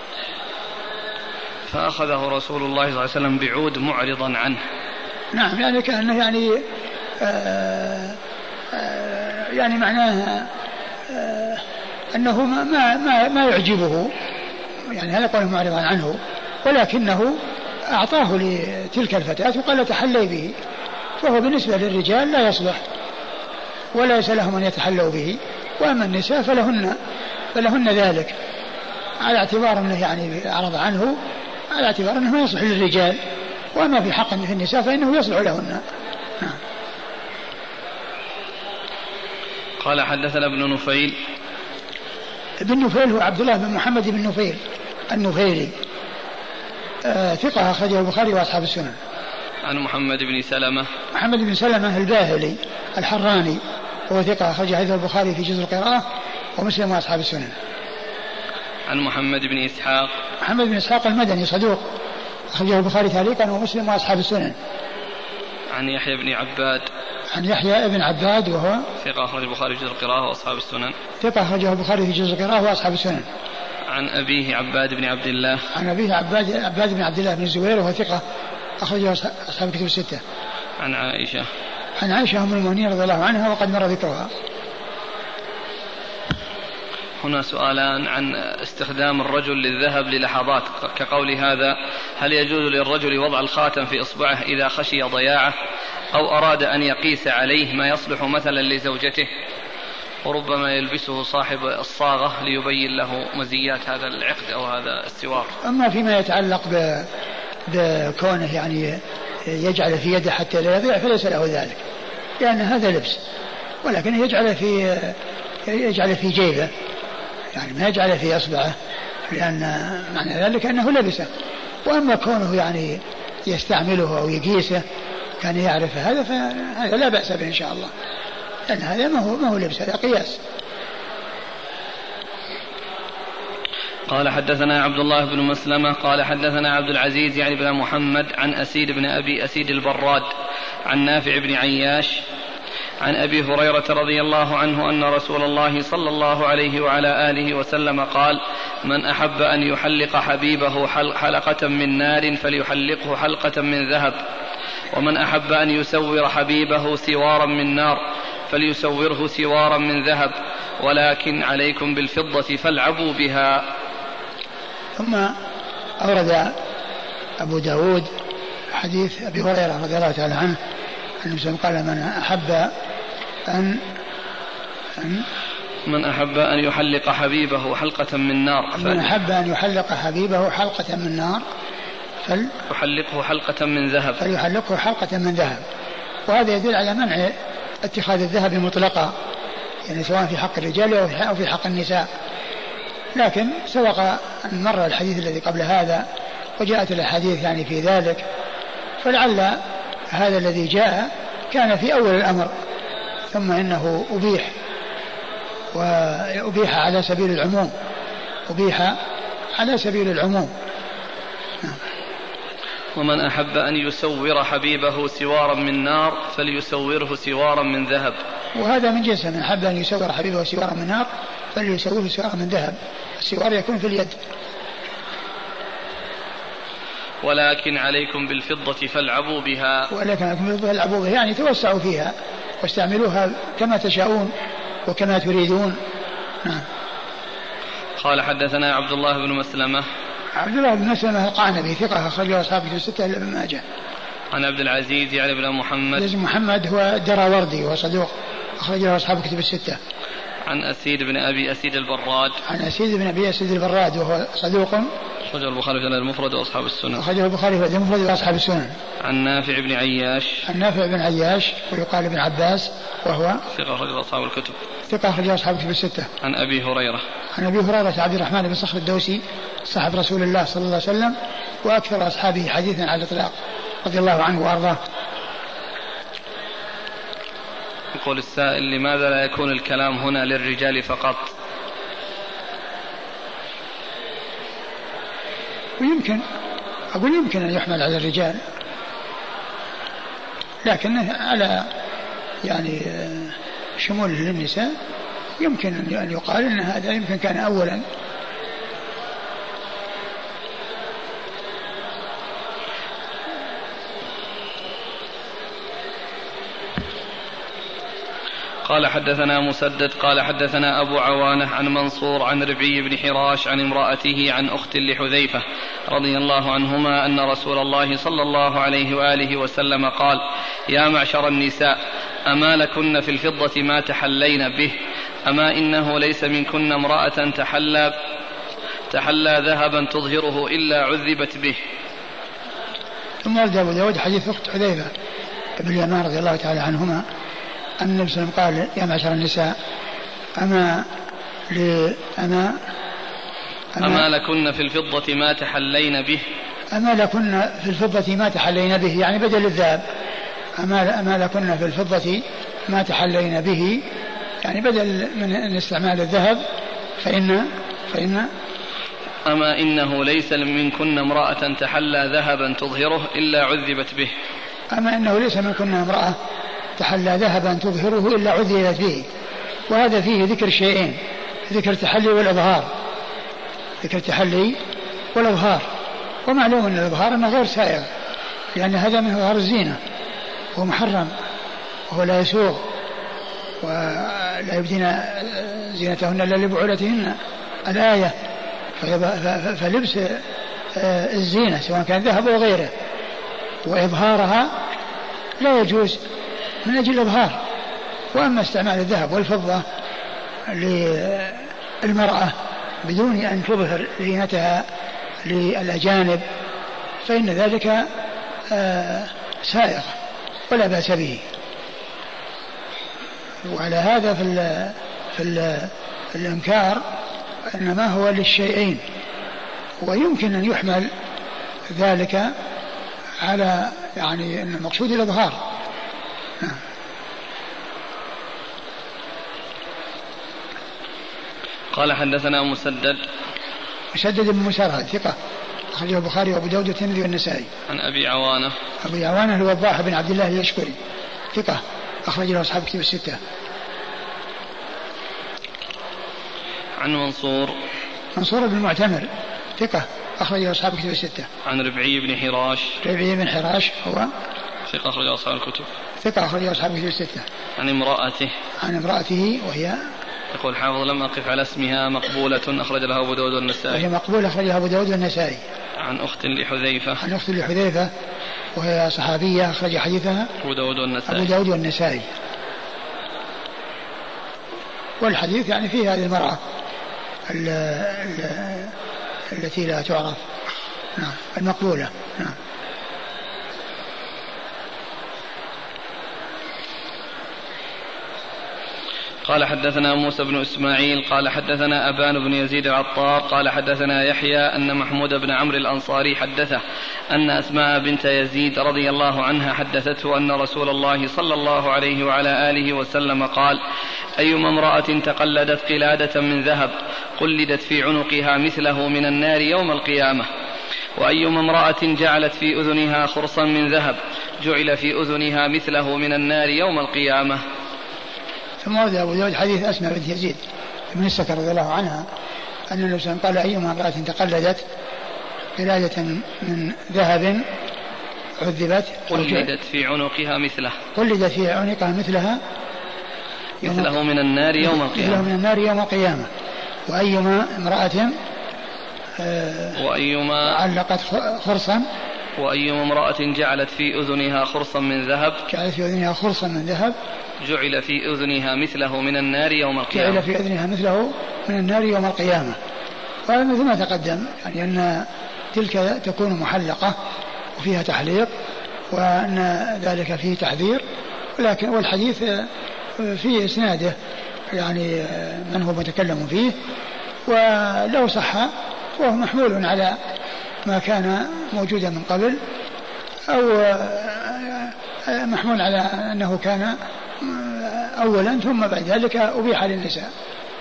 فأخذه رسول الله صلى الله عليه وسلم بعود معرضا عنه. نعم، يعني كأنه يعني معناه أنه ما يعجبه، يعني هذا قوله معرضا عنه، ولكنه أعطاه لتلك الفتاة وقال تحلي به، فهو بالنسبة للرجال لا يصلح وليس لهم أن يتحلوا به، وأما النساء فلهن ذلك، على اعتبار أنه يعني أعرض عنه، على اعتبار أنه ما يصلح للرجال، وأما في حق في النساء فإنه يصلح لهن. قال حدثنا ابن نفيل. ابن نفيل هو عبد الله بن محمد بن نفيل النفيلي، ثقة أخرجه البخاري وأصحاب السنن. عن محمد بن سلمة الباهلي الحراني، وهو ثقة أخرج حديث البخاري في جزء القراءة ومسلم وأصحاب السنن. عن محمد بن إسحاق المدني صدوق أخرجه البخاري تعليقا ومسلم وأصحاب السنن. عن يحيى بن عباد وهو ثقة أخرج البخاري في جزء القراءة وأصحاب السنن. ثقة أخرجه البخاري في جزء القراءة وأصحاب السنن. عن أبيه عباد بن عبد الله. عن أبيه عباد بن عبد الله بن الزبير وهو ثقة أخرجه أصحاب الكتب الستة. عن عائشة أم المؤمنين رضي الله عنها وقد مر ذكرها. هنا سؤالان عن استخدام الرجل للذهب للحظات كقول هذا: هل يجوز للرجل وضع الخاتم في إصبعه إذا خشي ضياعه أو أراد أن يقيس عليه ما يصلح مثلا لزوجته، وربما يلبسه صاحب الصاغة ليبين له مزيات هذا العقد أو هذا السوار؟ أما فيما يتعلق بكونه يعني يجعل في يده حتى لا يضيع فليس له ذلك، لأن هذا لبس، ولكن يجعل في جيبه، يعني ما يجعل في أصبعه، لأن معنى ذلك أنه لبسه. وأما كونه يعني يستعمله أو يقيسه كان يعرف هذا، فهذا لا بأس به إن شاء الله، لأن هذا ما هو لبس، هذا قياس. قال حدثنا عبد الله بن مسلمة قال حدثنا عبد العزيز يعني بن محمد عن أسيد بن أبي أسيد البراد عن نافع بن عياش عن أبي هريرة رضي الله عنه أن رسول الله صلى الله عليه وعلى آله وسلم قال: من أحب أن يحلق حبيبه حلقة من نار فليحلقه حلقة من ذهب، ومن أحب أن يسور حبيبه سوارا من نار فليسوره سوارا من ذهب، ولكن عليكم بالفضة فالعبوا بها. ثم أورد أبو داود حديث أبي هريرة رضي الله تعالى عنه أنه قال: من أحب أن يحلق حبيبه حلقة من نار فليحلقه حلقة من ذهب. وهذا يدل على منع اتخاذ الذهب مطلقا، يعني سواء في حق الرجال أو في حق النساء. لكن سبق أن مر الحديث الذي قبل هذا وجاءت الأحاديث يعني في ذلك، فلعل هذا الذي جاء كان في أول الأمر، ثم إنه أبيح، وأبيح على سبيل العموم، أبيح على سبيل العموم. ومن أحب أن يسور حبيبه سوارا من نار فليسوره سوارا من ذهب. وهذا من جنسه، من أحب أن يسور حبيبه سوارا من نار فليسوره سوارا من ذهب. السوار يكون في اليد. ولكن عليكم بالفضة فالعبوا بها. ولكن عليكم بالفضة فالعبوا بها، يعني توسعوا فيها واستعملوها كما تشاءون وكما تريدون. قال حدثنا عبد الله بن مسلمة. عبد الله بن مسلمة القعنبي ثقة أخرجه أصحاب كتب الستة إلا ابن ماجه. عن عبد العزيز يعني بن محمد. عبد محمد هو الدراوردي وصدوق أخرجه أصحاب كتب الستة. عن أسيد بن أبي أسيد البراد. عن أسيد بن أبي أسيد البراد وهو صدوق أخرجه البخاري في المفرد وأصحاب السنن. أخرجه البخاري في المفرد وأصحاب السنن. عن نافع بن عياش. عن نافع بن عياش ويقال ابن عباس وهو ثقة أخرجه أصحاب الكتب. ثقة أخرجه أصحاب الكتب الستة. عن أبي هريرة. عن أبي هريرة عبد الرحمن بن صخر الدوسي صاحب رسول الله صلى الله عليه وسلم وأكثر أصحابه حديثا على الإطلاق رضي الله عنه وأرضاه. يقول السائل: لماذا لا يكون الكلام هنا للرجال فقط؟ ويمكن يمكن أن يحمل على الرجال، لكن على يعني شمول للنساء يمكن أن يقال أن هذا يمكن كان أولا. قال حدثنا مسدد قال حدثنا أبو عوانة عن منصور عن ربعي بن حراش عن امرأته عن أخت لحذيفة رضي الله عنهما أن رسول الله صلى الله عليه وآله وسلم قال: يا معشر النساء، أما لكن في الفضة ما تحلين به، أما إنه ليس منكن امرأة تحلى ذهبا تظهره إلا عذبت به. ثم ورد أبو داود حديث أخت حذيفة بن اليمان رضي الله تعالى عنهما أن النبي صلى الله عليه وسلم قال: يا معشر النساء، أما لكن في الفضة ما تحلين به، أما لكن في الفضة ما تحلين به، يعني بدل الذهب. أما لكن في الفضة ما تحلين به، يعني بدل من استعمال الذهب فإن أما إنه ليس منكن امرأة تحلى ذهبا تظهره إلا عذبت به. أما إنه ليس منكن امرأة تحلى ذهبا تظهره إلا عذبت به. وهذا فيه ذكر شيئين: ذكر التحلي والإظهار. ذكر التحلي والإظهار، ومعلوم أن الإظهار أنه غير سائغ، لأن هذا من إظهار الزينة وهو محرم وهو لا يسوغ، ولا يبدين زينتهن إلا لبعولتهن الآية. فلبس الزينة سواء كان ذهب أو غيره وإظهارها لا يجوز من أجل الإظهار. وأما استعمال الذهب والفضة للمرأة بدون أن تظهر زينتها للأجانب فإن ذلك سائغ ولا بأس به. وعلى هذا في الإنكار إنما هو للشيئين، ويمكن أن يحمل ذلك على يعني أن المقصود الإظهار. قال حدثنا مسدد بن مسرهد ثقة أخرجه البخاري وأبو داود والترمذي والنسائي. عن أبي عوانة. أبي عوانة هو الوضاح بن عبد الله اليشكري ثقة أخرج له أصحاب كتب الستة. عن منصور بن معتمر ثقة أخرج له أصحاب كتب الستة. عن ربعي بن حراش. ربعي بن حراش هو ثقة أخرج أصحاب الكتب. ثقة أخرج أصحاب كتب الستة. عن امرأته وهي يقول حافظ: لم أقف على اسمها، مقبولة أخرج لها أبو داود والنسائي. وهي مقبولة أخرج لها أبو داود والنسائي. عن أخت لحذيفة. وهي صحابية أخرج حديثها أبو داود والنسائي. والحديث يعني فيه هذه المرأة التي لا تعرف، نعم، المقبولة، نعم. قال حدثنا موسى بن إسماعيل قال حدثنا أبان بن يزيد العطار قال حدثنا يحيى أن محمود بن عمرو الأنصاري حدثه أن أسماء بنت يزيد رضي الله عنها حدثته أن رسول الله صلى الله عليه وعلى آله وسلم قال: أيما امرأة تقلدت قلادة من ذهب قلدت في عنقها مثله من النار يوم القيامة، وأيما امرأة جعلت في أذنها خرصا من ذهب جعل في أذنها مثله من النار يوم القيامة. ثم ورد أبو داود حديث أسماء بنت يزيد بن السكر رضي الله عنها أن النبي صلى الله عليه وسلم قال: أيما امرأة تقلدت قلادة من ذهب عذبت قلدت في عنقها مثله قلدت في عنقها مثله من النار يوم القيامة. مثله من النار يوم القيامة. وأيما امرأة علقت خرصا وأيما امرأة جعلت في أذنها خرصا من ذهب جعل في أذنها مثله من النار يوم القيامة. وهذا مثل ما تقدم، يعني أن تلك تكون محلقة وفيها تحليق، وأن ذلك فيه تحذير، ولكن والحديث في إسناده يعني من هو متكلم فيه، ولو صح فهو محمول على ما كان موجودا من قبل، أو محمول على أنه كان أولا ثم بعد ذلك أبيح للنساء.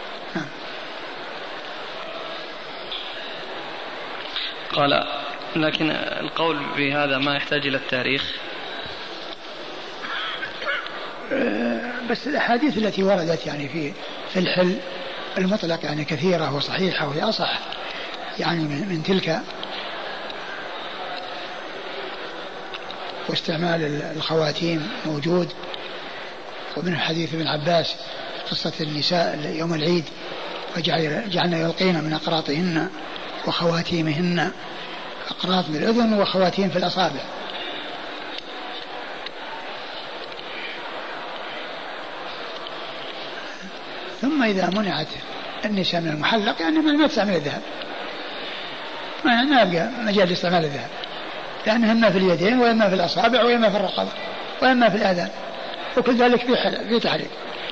قال: لكن القول بهذا ما يحتاج إلى التاريخ. بس الأحاديث التي وردت يعني في الحل المطلق يعني كثيرة وصحيحة، وهي أصح يعني من تلك. واستعمال الخواتيم موجود، ومن حديث ابن عباس قصة النساء يوم العيد فجعلنا يلقين من أقراطهن وخواتيمهن، أقراط بالأذن وخواتيم في الأصابع. ثم إذا منعت النساء من المحلق يعني ما تستعمل الذهب، ما يبقى مجال لاستعمال الذهب، لأنها إما في اليدين وإما في الأصابع وإما في الرقبة وإما في الآذان، وكل ذلك في تحريك.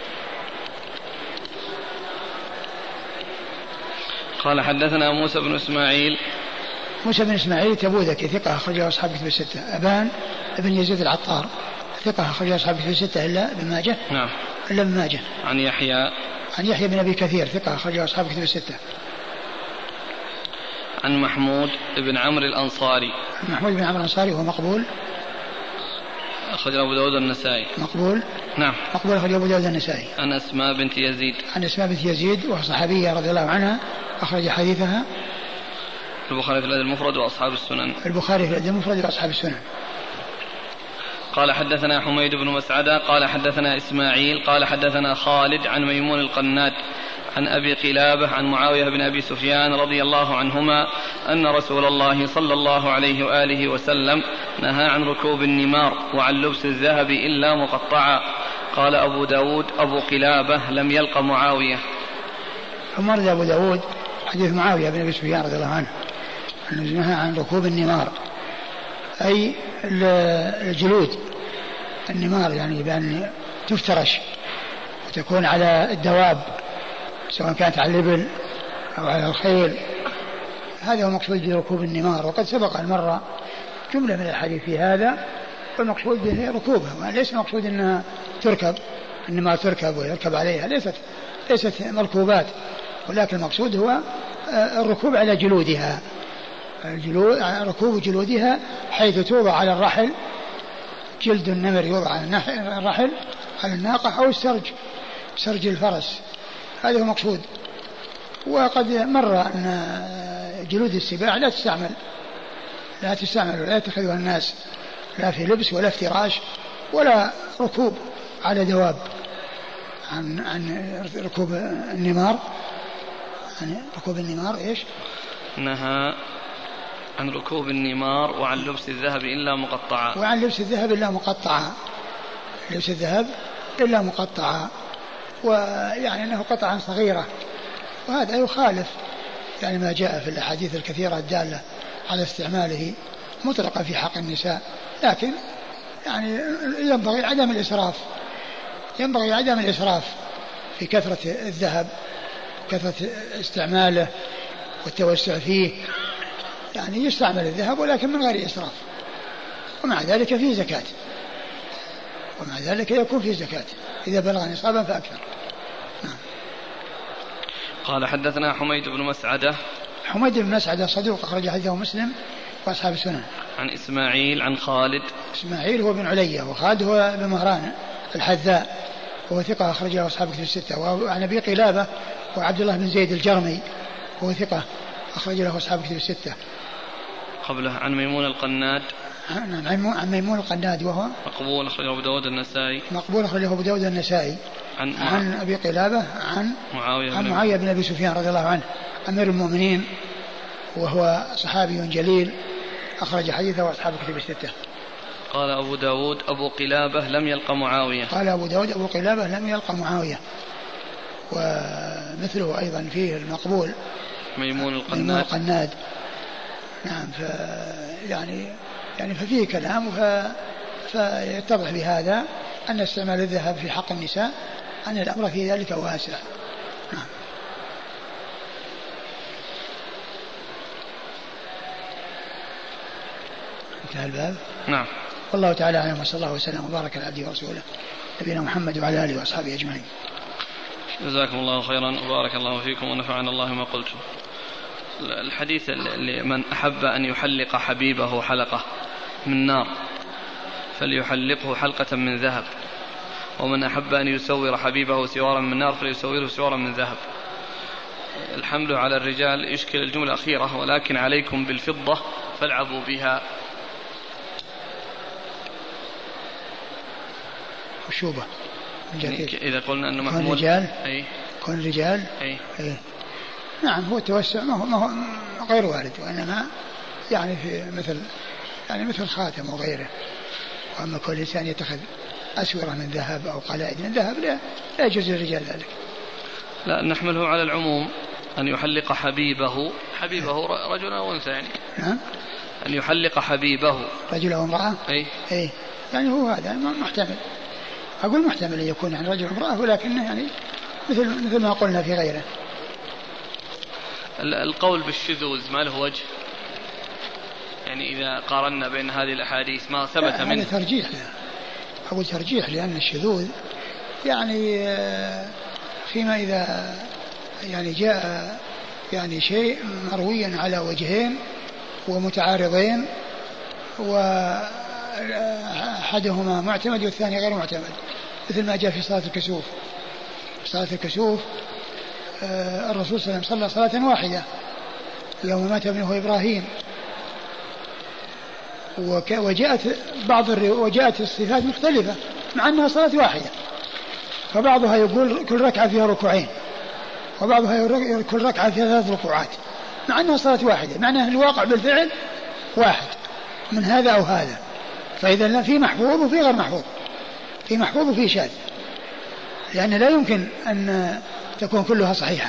قال حدثنا موسى بن إسماعيل تبوذكي ثقة أخرجه أصحاب كتب الستة. أبان بن يزيد العطار ثقة أخرجه أصحاب كتب الستة إلا ابن ماجه. نعم. إلا ابن ماجه. عن يحيى بن أبي كثير ثقة أخرجه أصحاب كتب الستة. عن محمود بن عمرو الأنصاري. وهو مقبول، أخرج أبو داود النسائي. مقبول. نعم. مقبول أخرج أبو داود النسائي. عن أسماء بنت يزيد وهي صحابية رضي الله عنها، أخرج حديثها البخاري في الأدب المفرد وأصحاب السنن. قال حدثنا حميد بن مسعدة قال حدثنا إسماعيل قال حدثنا خالد عن ميمون القناد عن أبي قلابة عن معاوية بن أبي سفيان رضي الله عنهما أن رسول الله صلى الله عليه وآله وسلم نهى عن ركوب النمار وعن لبس الذهب إلا مقطعا. قال أبو داود: أبو قلابة لم يلق معاوية. ثم ورد أبو داود حديث معاوية بن أبي سفيان رضي الله عنه أنه نهى عن ركوب النمار، أي الجلود النمار، يعني بأن تفترش وتكون على الدواب سواء كانت على الإبل أو على الخيل. هذا هو مقصود بركوب النمار، وقد سبق المرة جملة من الحديث في هذا، والمقصود به ركوبها، وليس المقصود أنها تركب، النمار تركب ويركب عليها، ليست مركوبات، ولكن المقصود هو الركوب على جلودها، ركوب جلودها، حيث توضع على الرحل، جلد النمر يوضع على الرحل على الناقة أو سرج الفرس، هذا هو المقصود. وقد مر أن جلود السباع لا تستعمل ولا يتخذها الناس لا في لبس ولا افتراش ولا ركوب على دواب. عن ركوب النمار، ركوب النمار إيش؟ نهى عن ركوب النمار وعن لبس الذهب إلا مقطعا. لبس الذهب إلا مقطعا، ويعني أنه قطعا صغيرة، وهذا يخالف يعني ما جاء في الأحاديث الكثيرة الدالة على استعماله مطلقا في حق النساء، لكن يعني ينبغي عدم الإسراف في كثرة الذهب وكثرة استعماله والتوسع فيه، يعني يستعمل الذهب ولكن من غير إسراف، ومع ذلك فيه زكاة، ومع ذلك يكون فيه زكاة إذا بلغ نصابا فأكثر. نعم. قال حدثنا حميد بن مسعدة. حميد بن مسعدة صدوق أخرج حديثه مسلم وأصحاب السنن. عن إسماعيل عن خالد. إسماعيل هو بن علية، وخالد هو بن مهران الحذاء وهو ثقة أخرج له أصحاب كتب الستة. وعن أبي قلابة وعبد الله بن زيد الجرمي وهو ثقة أخرج له أصحاب كتب الستة. قبله عن ميمون القناد. عن ميمون القناد وهو مقبول أخرجه أبو داود النسائي. مقبول أخرجه أبو داود النسائي. عن أبي قلابة عن معاوية بن أبي سفيان رضي الله عنه أمير المؤمنين، وهو صحابي جليل أخرج حديثه وأصحاب كتب الستة. قال أبو داود أبو قلابة لم يلقى معاوية. قال أبو داود أبو قلابة لم يلقى معاوية. ومثله أيضا فيه المقبول ميمون القناد. نعم. يعني ففيه كلام، فيتضح بهذا أن استعمال الذهب في حق النساء أن الأمر في ذلك واسع. نعم. انتهى الباب. نعم. والله تعالى أعلم، وصلى الله وسلم وبارك على عبده ورسوله نبينا محمد وعلى آله وأصحابه أجمعين. جزاكم الله خيرا وبارك الله فيكم ونفعنا الله ما قلتم. الحديث لمن أحب أن يحلق حبيبه حلقة من نار فليحلقه حلقة من ذهب، ومن أحب أن يسور حبيبه سوارا من نار فليسوره سوارا من ذهب. الحمل على الرجال يشكل الجملة الأخيرة، ولكن عليكم بالفضة فالعبوا بها. وشوبة إذا قلنا أنه محمول كون رجال أي. نعم. هو التوسع ما هو غير وارد، وإنما يعني في مثل خاتم وغيره. وأما كل إنسان يتخذ أسورة من ذهب أو قلائد من ذهب لا يجوز للرجال ذلك. لا، نحمله على العموم أن يحلق حبيبه رجل أو أنثى يعني. نعم. أن يحلق حبيبه رجل أو امرأة. أي يعني هو هذا محتمل، أقول محتمل أن يكون يعني رجل امرأة، ولكنه يعني مثل ما قلنا في غيره. القول بالشذوذ ما له وجه، يعني إذا قارنا بين هذه الأحاديث ما ثبت منه. هذا ترجيح، أقول ترجيح، لأن الشذوذ يعني فيما إذا يعني جاء يعني شيء مروي على وجهين ومتعارضين، وأحدهما معتمد والثاني غير معتمد، مثل ما جاء في صلاة الكسوف. صلاة الكسوف الرسول صلى الله عليه وسلم صلى صلاة واحدة يوم مات ابنه إبراهيم، وجاءت الصفات مختلفة مع أنها صلاة واحدة، فبعضها يقول كل ركعة فيها ركوعين، وبعضها يقول كل ركعة فيها 3 ركوعات، مع أنها صلاة واحدة، مع أن الواقع بالفعل واحد من هذا أو هذا. فإذا في محفوظ وفي غير محفوظ، في محفوظ وفي شاذ، لأن لا يمكن أن تكون كلها صحيحة.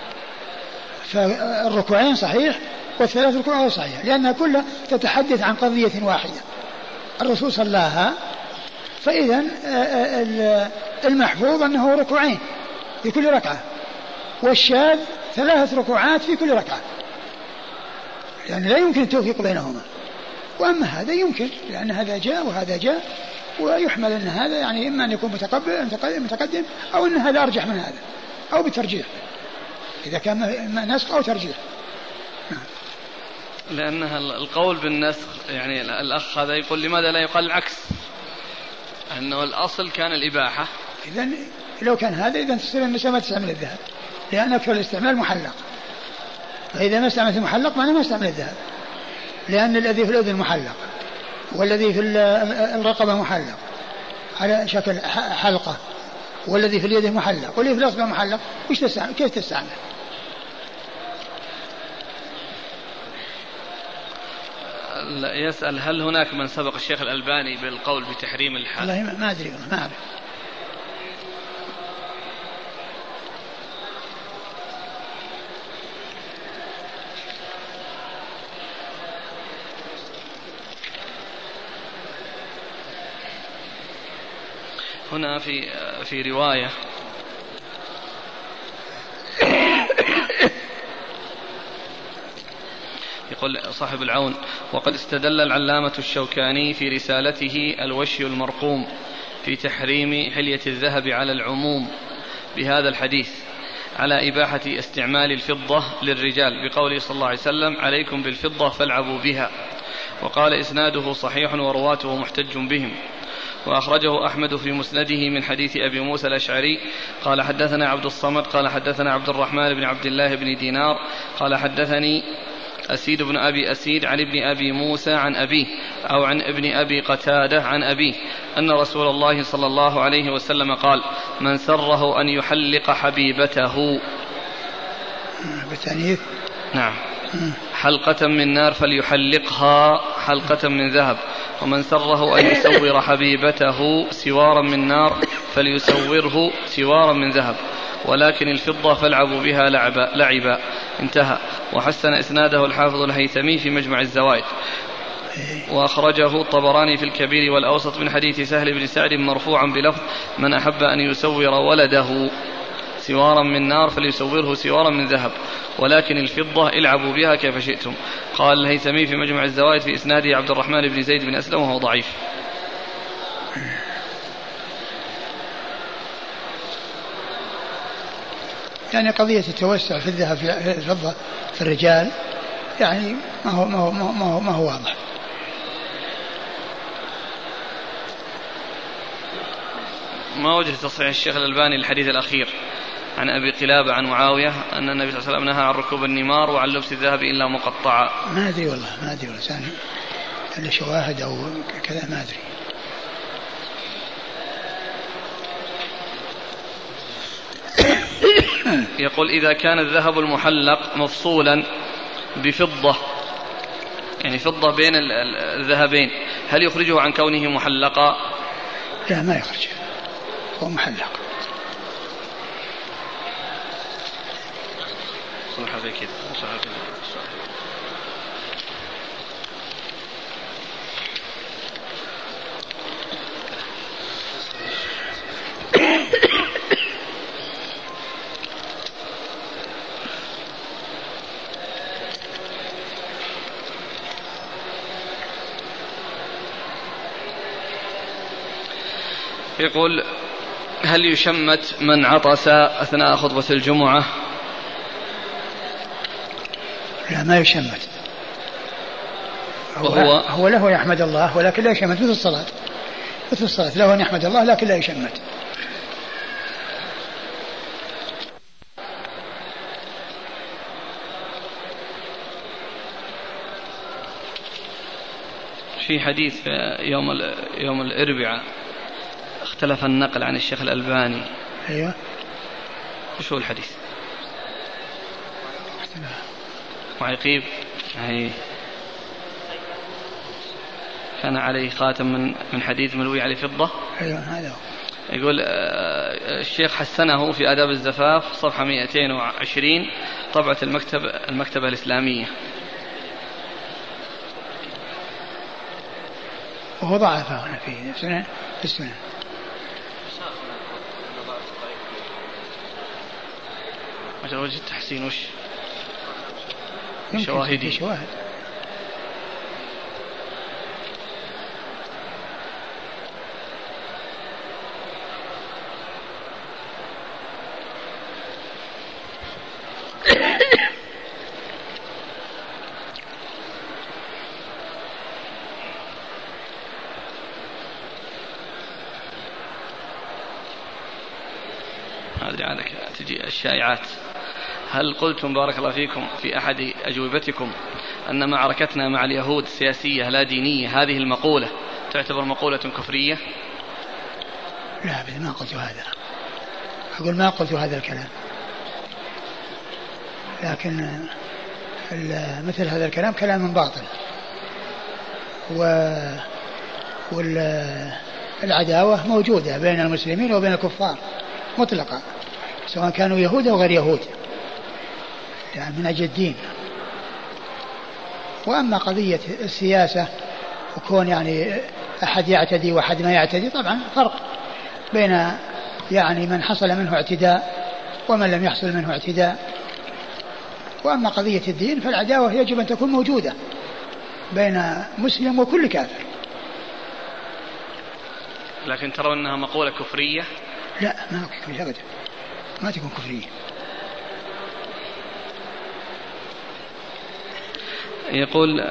فالركوعين صحيح وال3 ركوعات صحيح، لأنها كلها تتحدث عن قضية واحدة الرسول صلاها. فإذا المحفوظ أنه ركوعين في كل ركعة، والشاذ 3 ركوعات في كل ركعة، يعني لا يمكن التوفيق بينهما. وأما هذا يمكن، لأن هذا جاء وهذا جاء، ويحمل أن هذا يعني إما أن يكون متقدم أو أن هذا أرجح من هذا، أو بالترجيح إذا كان نسخ أو ترجيح. لأنها القول بالنسخ يعني الأخ هذا يقول لماذا لا يقال العكس، أنه الأصل كان الإباحة. إذن لو كان هذا إذن تصير النساء ما تستعمل الذهب، لأن أكثر الاستعمال محلق، فإذا ما استعملت المحلق معناه ما استعمل الذهب، لأن الذي في الأذن محلق، والذي في الرقبة محلق على شكل حلقة، والذي في اليد محلق، والذي في الأصبع محلق. وش تستعمل؟ كيف تستعمل؟ يسأل هل هناك من سبق الشيخ الألباني بالقول بتحريم الحال؟ والله ما أدري، ما أعرف. هنا في رواية يقول صاحب العون: وقد استدل العلامة الشوكاني في رسالته الوشي المرقوم في تحريم حلية الذهب على العموم بهذا الحديث على إباحة استعمال الفضة للرجال بقوله صلى الله عليه وسلم: عليكم بالفضة فالعبوا بها. وقال: إسناده صحيح ورواته محتج بهم. وأخرجه أحمد في مسنده من حديث أبي موسى الأشعري قال: حدثنا عبد الصمد قال: حدثنا عبد الرحمن بن عبد الله بن دينار قال: حدثني أسيد بن أبي أسيد عن ابن أبي موسى عن أبيه أو عن ابن أبي قتادة عن أبيه أن رسول الله صلى الله عليه وسلم قال: من سره أن يحلق حبيبته بالتأنيث نعم حلقة من نار فليحلقها حلقة من ذهب، ومن سره أن يسور حبيبته سوارا من نار فليسوره سوارا من ذهب، ولكن الفضة فالعبوا بها لعبا. انتهى. وحسن إسناده الحافظ الهيثمي في مجمع الزوائد. وأخرجه الطبراني في الكبير والأوسط من حديث سهل بن سعد مرفوعا بلفظ: من أحب أن يسور ولده سوارا من نار فليسوره سوارا من ذهب، ولكن الفضة العبوا بها كيف شئتم. قال الهيثمي في مجمع الزوائد في إسناده عبد الرحمن بن زيد بن أسلم وهو ضعيف. يعني قضية التوسع في الذهب في الفضة في الرجال يعني ما هو واضح. ما وجه تصحيح الشيخ الألباني للحديث الأخير عن أبي قلابة عن معاوية أن النبي صلى الله عليه وسلم نهى عن ركوب النمار وعن لبس الذهب إلا مقطعا؟ ما أدري والله، ما أدري ثاني إلا شواهد أو كذا، ما أدري. يقول: إذا كان الذهب المحلق مفصولا بفضة، يعني فضة بين الذهبين، هل يخرجه عن كونه محلقا؟ لا، ما يخرجه، هو محلق. صلحة زي كده. يقول: هل يشمت من عطس أثناء خطبة الجمعة؟ لا، ما يشمت. هو له يحمد الله ولكن لا يشمت، مثل الصلاة. مثل الصلاة له أن يحمد الله لكن لا يشمت. في حديث يوم الأربعاء اختلف النقل عن الشيخ الألباني. أيوة. وش هو الحديث؟ وعقيب كان عليه خاتم من حديد ملوي عليه فضة. أيوة هذا هو. يقول الشيخ حسنه في آداب الزفاف صفحة 220 طبعة المكتبة الإسلامية. وهو ضعفه هنا في السنن. مثل وجه التحسين وش؟ شواهدي. شواهد. تجي الشائعات. هل قلتم بارك الله فيكم في أحد أجوبتكم أن معركتنا مع اليهود سياسية لا دينية، هذه المقولة تعتبر مقولة كفرية؟ لا، ما قلت هذا. أقول ما قلت هذا الكلام، لكن مثل هذا الكلام كلام باطل، والعداوة موجودة بين المسلمين وبين الكفار مطلقة، سواء كانوا يهود أو غير يهود، يعني من أجل الدين. وأما قضية السياسة وكون يعني أحد يعتدي وأحد ما يعتدي، طبعا فرق بين يعني من حصل منه اعتداء ومن لم يحصل منه اعتداء، وأما قضية الدين فالعداوة يجب أن تكون موجودة بين مسلم وكل كافر. لكن ترى أنها مقولة كفرية؟ لا ما كفرية أبدا، ما تكون كفرية. يقول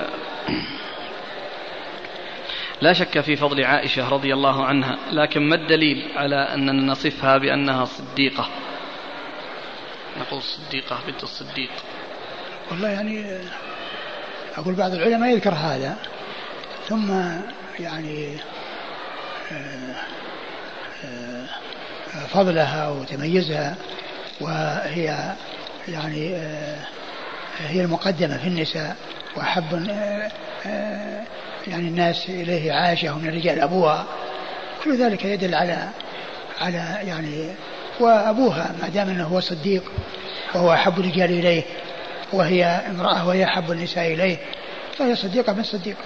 لا شك في فضل عائشة رضي الله عنها، لكن ما الدليل على أننا نصفها بأنها صديقة؟ نقول صديقة بنت الصديق. والله يعني أقول بعض العلماء يذكر هذا، ثم يعني فضلها وتميزها، وهي يعني هي المقدمة في النساء، وأحب يعني الناس إليه عائشة ومن الرجال أبوها. كل ذلك يدل على يعني وأبوها ما دام أنه هو صديق وهو أحب الرجال إليه وهي امرأة وهي أحب النساء إليه، فهي صديقة من صديق،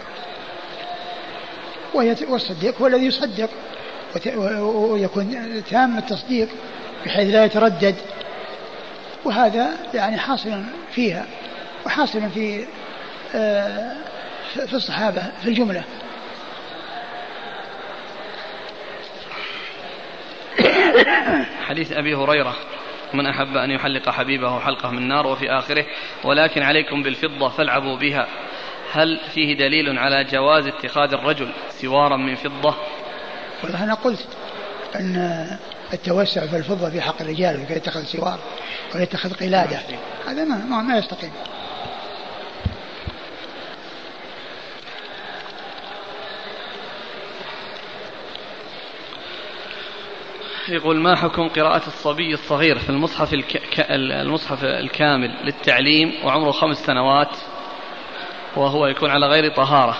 والصديق هو الذي يصدق ويكون تام التصديق بحيث لا يتردد، وهذا يعني حاصل فيها وحاصل في الصحابة في الجملة. حديث أبي هريرة من أحب أن يحلق حبيبه حلقة من نار، وفي آخره ولكن عليكم بالفضة فالعبوا بها، هل فيه دليل على جواز اتخاذ الرجل سوارا من فضة؟ والله أنا قلت أن التوسع في الفضة في حق الرجال وكي يتخذ سوار ويتخذ قلادة هذا ما يستقيم. يقول ما حكم قراءة الصبي الصغير في المصحف الكامل للتعليم وعمره 5 سنوات وهو يكون على غير طهارة؟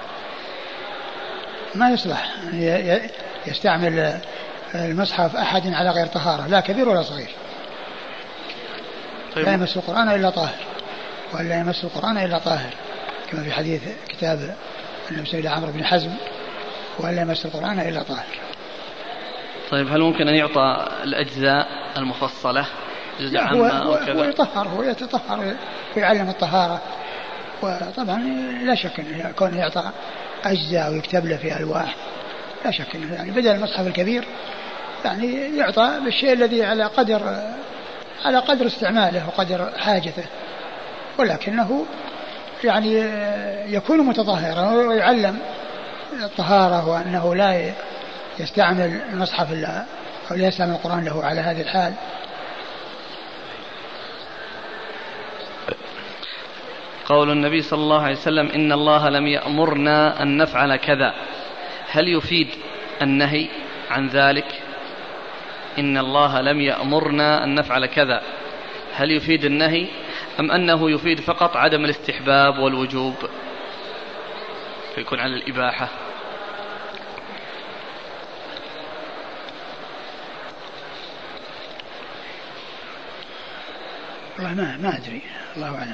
ما يصلح يستعمل المصحف أحد على غير طهارة، لا كبير ولا صغير. طيب. لا يمس القرآن إلا طاهر، ولا يمس القرآن إلا طاهر، كما في حديث كتاب النبي عمرو بن حزم، ولا يمس القرآن إلا طاهر. طيب هل ممكن أن يعطى الأجزاء المفصلة جزء عامة أو كذا؟ هو يطهر، هو يتطهر ويعلم الطهارة، وطبعا لا شك أنه كونه يعطى أجزاء ويكتب له في ألواح لا شك أنه يعني بدل المصحف الكبير يعني يعطى بالشيء الذي على قدر استعماله وقدر حاجته، ولكنه يعني يكون متطهرا ويعلم الطهارة، وأنه لا يستعمل المصحف أو لا يستعمل القرآن له على هذه الحال. قول النبي صلى الله عليه وسلم إن الله لم يأمرنا أن نفعل كذا، هل يفيد النهي عن ذلك؟ إن الله لم يأمرنا أن نفعل كذا، هل يفيد النهي أم أنه يفيد فقط عدم الاستحباب والوجوب فيكون على الإباحة؟ والله ما أدري، الله أعلم.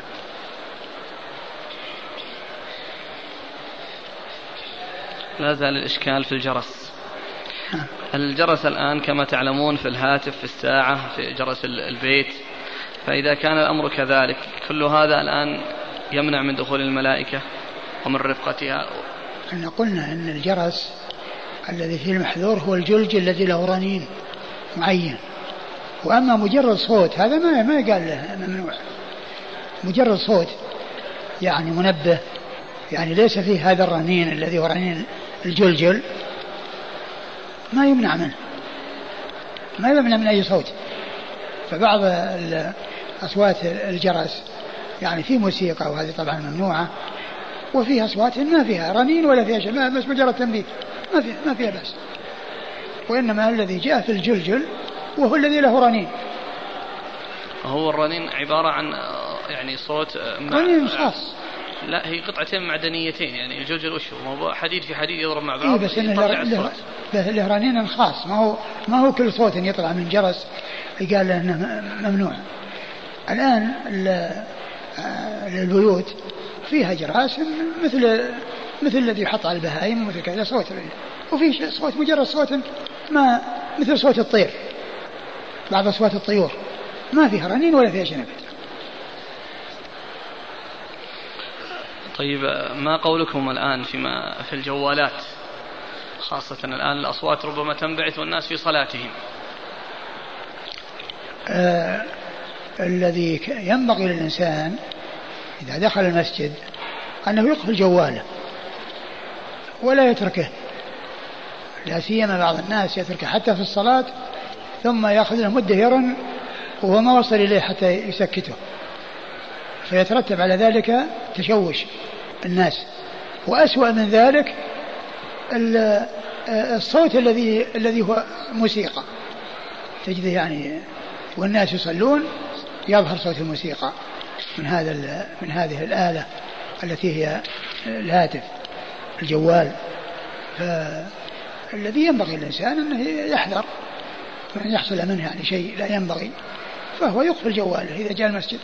لا زال الإشكال في الجرس. الجرس الآن كما تعلمون في الهاتف، في الساعة، في جرس البيت، فإذا كان الأمر كذلك كل هذا الآن يمنع من دخول الملائكة ومن رفقتها. احنا قلنا أن الجرس الذي فيه المحذور هو الجلج الذي له رنين معين، وأما مجرد صوت هذا ما يقال له ممنوع. مجرد صوت يعني منبه، يعني ليس فيه هذا الرنين الذي هو رنين الجلجل، ما يمنع منه، ما يمنع من أي صوت. فبعض أصوات الجرس يعني في موسيقى وهذه طبعا ممنوعة، وفيها أصوات ما فيها رنين ولا فيها شيء، بس مجرد تنبيه ما فيها بس. وإنما الذي جاء في الجلجل وهو الذي له رنين. هو الرنين عبارة عن يعني صوت رنين خاص، لا هي قطعتين معدنيتين، يعني الجلجل وش هو حديد في حديد يضرب مع بعض. بس إنه له رنين خاص، ما هو كل صوت يطلع من جرس يقال له إنه ممنوع. الآن البيوت فيها جراس مثل الذي يحط على البهائم ومثل كذا صوت، وفي صوت مجرد صوت ما مثل صوت الطير، بعض أصوات الطيور ما فيها رنين ولا فيها شيء. طيب ما قولكم الآن في الجوالات، خاصة الآن الأصوات ربما تنبعث والناس في صلاتهم؟ الذي ينبغي للإنسان إذا دخل المسجد أنه يقفل جواله ولا يتركه، لا سيما بعض الناس يتركه حتى في الصلاة ثم يأخذ له مدة يرن وهو ما وصل إليه حتى يسكته، فيترتب على ذلك تشوش الناس. وأسوأ من ذلك الصوت الذي هو موسيقى، تجد يعني والناس يصلون يظهر صوت الموسيقى من هذه الآلة التي هي الهاتف الجوال. فالذي ينبغي الإنسان أنه يحذر أن يحصل منه يعني شيء لا ينبغي، فهو يقفل جواله إذا جاء المسجد.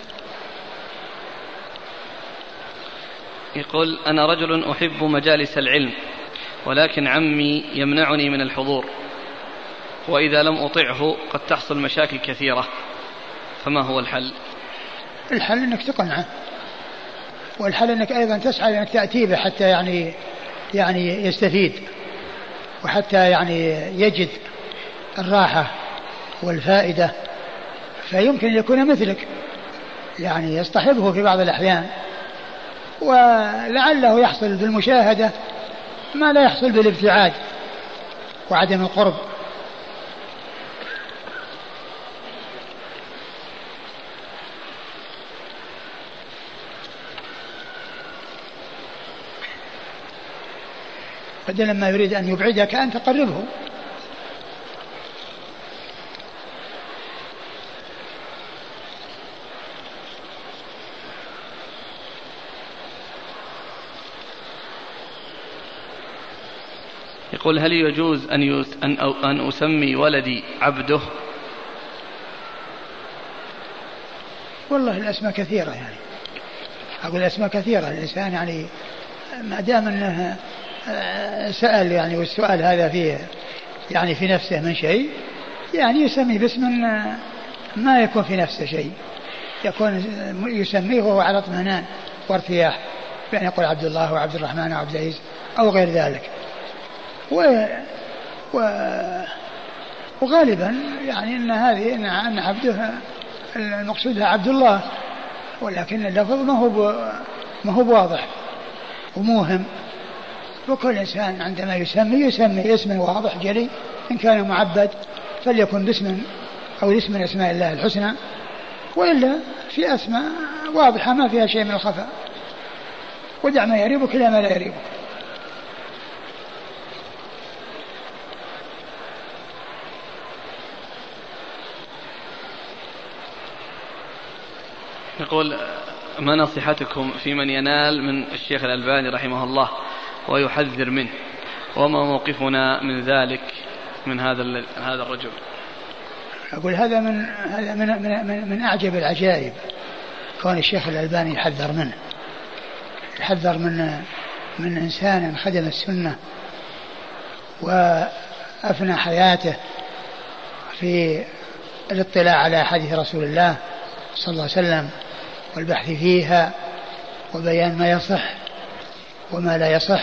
يقول: أنا رجل أحب مجالس العلم ولكن عمي يمنعني من الحضور، وإذا لم أطعه قد تحصل مشاكل كثيرة، فما هو الحل؟ الحل أنك تقنعه، والحل أنك أيضا تسعى أنك تأتي به حتى يعني يستفيد، وحتى يعني يجد الراحة والفائدة، فيمكن أن يكون مثلك يعني يصطحبه في بعض الأحيان، ولعله يحصل بالمشاهدة ما لا يحصل بالابتعاد وعدم القرب. بدل ما يريد أن يبعدك أن تقربه. يقول: هل يجوز أن أسمي ولدي عبده؟ والله الأسماء كثيرة، يعني أقول الأسماء كثيرة، الإنسان يعني ما دام أنه سأل يعني والسؤال هذا فيه يعني في نفسه من شيء، يعني يسمي باسم ما يكون في نفسه شيء، يكون يسميه وهو على اطمئنان وارتياح، يعني يقول عبد الله وعبد الرحمن وعبد العزيز أو غير ذلك. وغالبا يعني أن عبده المقصود عبد الله، ولكن اللفظ ما هو واضح وموهم، وكل إنسان عندما يسمي اسم واضح جلي، إن كان معبد فليكن باسم أو اسم من أسماء الله الحسنى، وإلا في أسماء واضحة ما فيها شيء من الخفاء، ودع ما يريبك إلى ما لا يريبك. يقول: ما نصيحتكم في من ينال من الشيخ الألباني رحمه الله ويحذر منه، وما موقفنا من ذلك من هذا الرجل؟ أقول هذا من أعجب العجائب، كون الشيخ الألباني يحذر من إنسان خدم السنة وأفنى حياته في الاطلاع على حديث رسول الله صلى الله عليه وسلم والبحث فيها وبيان ما يصح وما لا يصح.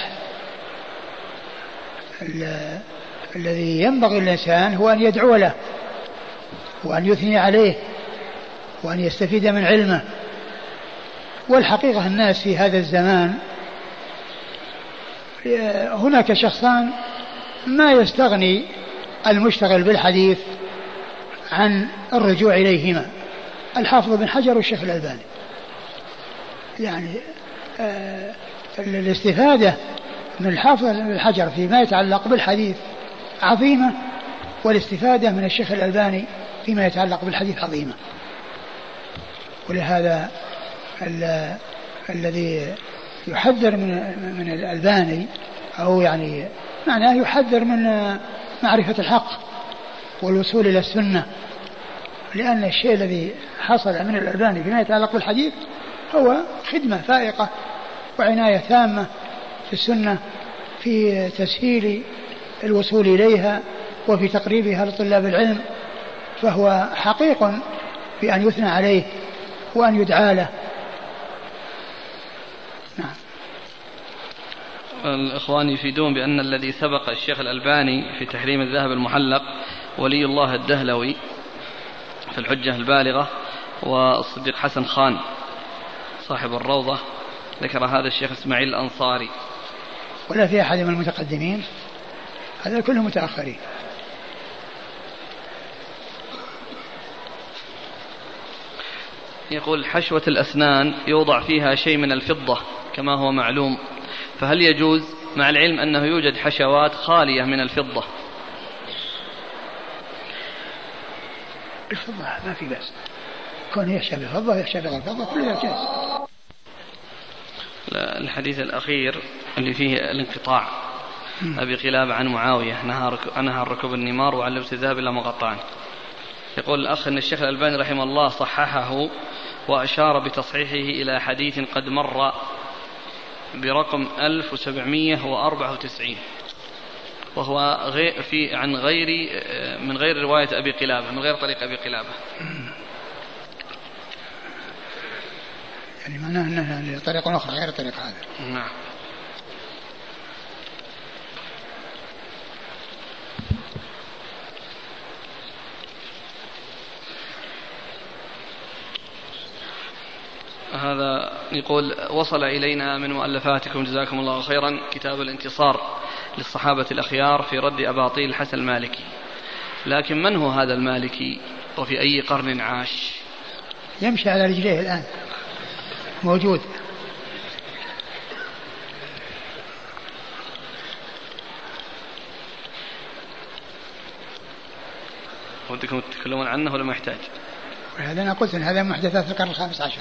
الذي ينبغي الإنسان هو أن يدعو له وأن يثني عليه وأن يستفيد من علمه. والحقيقة الناس في هذا الزمان هناك شخصان ما يستغني المشتغل بالحديث عن الرجوع إليهما، الحافظ بن حجر والشيخ الألباني. يعني الاستفادة من الحافظ بن حجر فيما يتعلق بالحديث عظيمة، والاستفادة من الشيخ الألباني فيما يتعلق بالحديث عظيمة. ولهذا الذي يحذر من الألباني أو يعني معناه يحذر من معرفة الحق والوصول إلى السنة، لأن الشيء الذي حصل من الألباني فيما يتعلق بالحديث هو خدمة فائقة وعناية تامة في السنة، في تسهيل الوصول إليها وفي تقريبها لطلاب العلم، فهو حقيق بأن يثنى عليه وأن يدعى له. نعم. الإخوان يفيدون بأن الذي سبق الشيخ الألباني في تحريم الذهب المحلق ولي الله الدهلوي في الحجة البالغة، والصديق حسن خان صاحب الروضة ذكر هذا الشيخ إسماعيل الأنصاري. ولا في أحد من المتقدمين، هذا كلهم متأخرين. يقول حشوة الأسنان يوضع فيها شيء من الفضة كما هو معلوم، فهل يجوز مع العلم أنه يوجد حشوات خالية من الفضة؟ الفضة ما في بأس، كون يحشى بالفضة يحشى بالفضة كلها جائز. الحديث الأخير اللي فيه الانقطاع، أبي قلابة عن معاوية نهى ركوب النمار وعن لبس الذهب إلا مقطعا. يقول الأخ أن الشيخ الألباني رحمه الله صححه وأشار بتصحيحه إلى حديث قد مر برقم 1794، وهو من غير رواية أبي قلابة، من غير طريق أبي قلابة. يعني معناه أنها طريقة أخرى غير طريق هذا. نعم. هذا يقول وصل إلينا من مؤلفاتكم جزاكم الله خيرا كتاب الانتصار للصحابة الأخيار في رد أباطيل الحسن المالكي، لكن من هو هذا المالكي وفي أي قرن عاش؟ يمشي على رجليه الآن، موجود. ودكم تتكلمون عنه ولا ما يحتاج؟ هذا أنا قلت إن هذا محدثات القرن 15،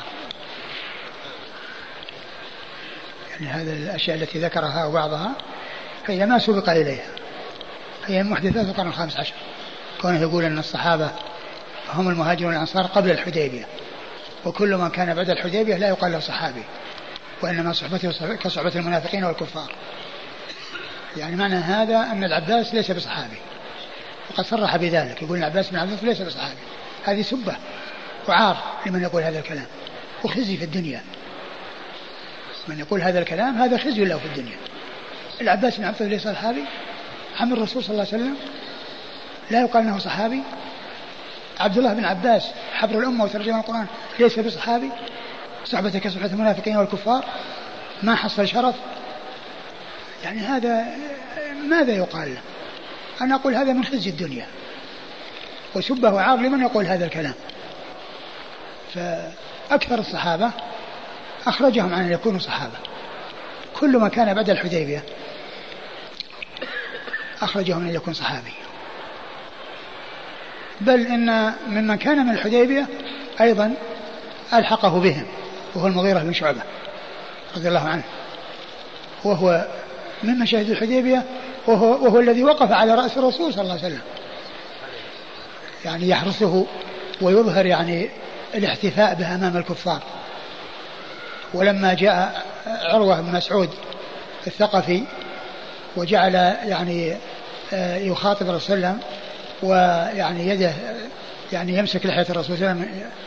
يعني هذا الأشياء التي ذكرها وبعضها هي ما سبق إليها، هي محدثات القرن 15. كونه يقول أن الصحابة هم المهاجرون والأنصار قبل الحديبية، وكل من كان بعد الحديبية لا يقال له صحابي، وإنما صحبته كصحبة المنافقين والكفار. يعني معنى هذا أن العباس ليس بصحابي، وقد صرح بذلك، يقول العباس بن عبد المطلب ليس بصحابي. هذه سبة وعار لمن يقول هذا الكلام، وخزي في الدنيا. من يقول هذا الكلام هذا خزي له في الدنيا. العباس بن عبد المطلب ليس صحابي، عم الرسول صلى الله عليه وسلم لا يقال انه صحابي. عبد الله بن عباس حبر الأمة وترجمة القرآن ليس بصحابي، صحبته كصحبة المنافقين والكفار، ما حصل شرف. يعني هذا ماذا يقال له؟ أنا أقول هذا من خزي الدنيا وسبه وعار لمن يقول هذا الكلام. فأكثر الصحابة أخرجهم عن أن يكونوا صحابة، كل ما كان بعد الحديبية أخرجهم عن أن يكون صحابي. بل إن ممن كان من الحديبية أيضا ألحقه بهم، وهو المغيرة بن شعبة رضي الله عنه، وهو من مشاهد الحديبية، وهو الذي وقف على رأس الرسول صلى الله عليه وسلم، يعني يحرسه ويظهر يعني الاحتفاء به أمام الكفار. ولما جاء عروة بن مسعود الثقفي وجعل يعني يخاطب الرسول صلى الله عليه وسلم، ويعني يده يعني يمسك لحية الرسول صلى الله عليه وسلم،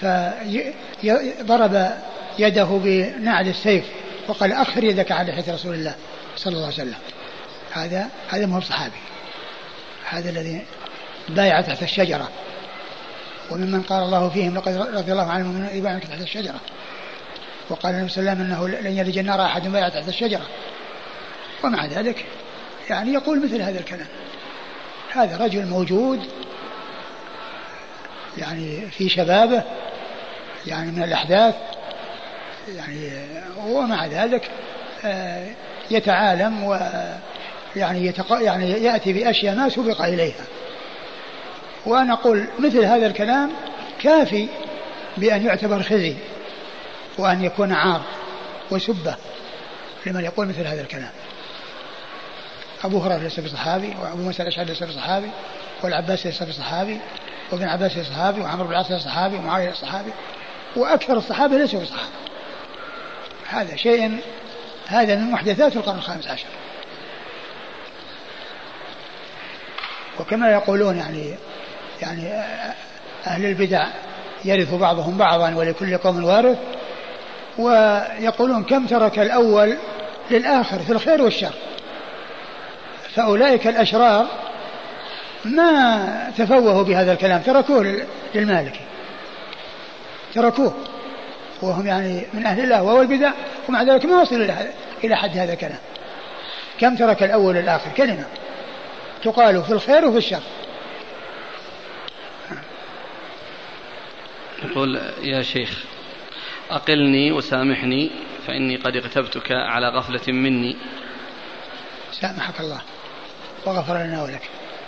فضرب يده بنعل السيف وقال أخر يدك على لحية رسول الله صلى الله عليه وسلم. هذا ما هو صحابي، هذا الذي بايع تحت الشجرة، وممن قال الله فيهم لقد رضي الله عنهم من يبايعك تحت الشجرة. وقال النبي صلى الله عليه وسلم أنه لن يلج النار أحد بايع تحت الشجرة. ومع ذلك يعني يقول مثل هذا الكلام. هذا رجل موجود يعني في شبابه يعني من الأحداث يعني، ومع ذلك يتعالم ويعني يعني يأتي بأشياء ما سبق إليها. وأنا أقول مثل هذا الكلام كافي بأن يعتبر خزي، وأن يكون عار وسبة لمن يقول مثل هذا الكلام. أبو هريرة ليس بصحابي، وأبو موسى الأشعري ليس بصحابي، والعباس ليس بصحابي، وابن عباس ليس صحابي، وعمرو بن العاص ليس صحابي، ومعاوية ليس صحابي، وأكثر الصحابة ليسوا بصحابة. هذا شيء، هذا من محدثات القرن 15. وكما يقولون يعني أهل البدع يرث بعضهم بعضا ولكل قوم وارث، ويقولون كم ترك الأول للآخر في الخير والشر. فأولئك الأشرار ما تفوهوا بهذا الكلام، تركوه للمالكي، تركوه، وهم يعني من أهل الله والبدع، ومع ذلك ما وصلوا إلى حد هذا الكلام. كم ترك الأول للآخر كلمة تقال في الخير وفي الشر. يقول: يا شيخ أقلني وسامحني فإني قد اغتبتك على غفلة مني. سامحك الله وغفر لنا ولك.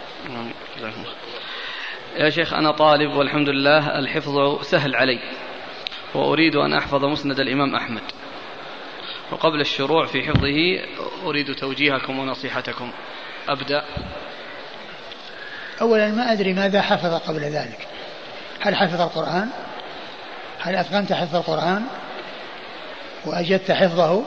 يا شيخ أنا طالب والحمد لله الحفظ سهل علي، وأريد أن أحفظ مسند الإمام أحمد، وقبل الشروع في حفظه أريد توجيهكم ونصيحتكم. أبدأ. أولا ما أدري ماذا حفظ قبل ذلك، هل حفظ القرآن؟ هل أتقنت حفظ القرآن وأجدت حفظه؟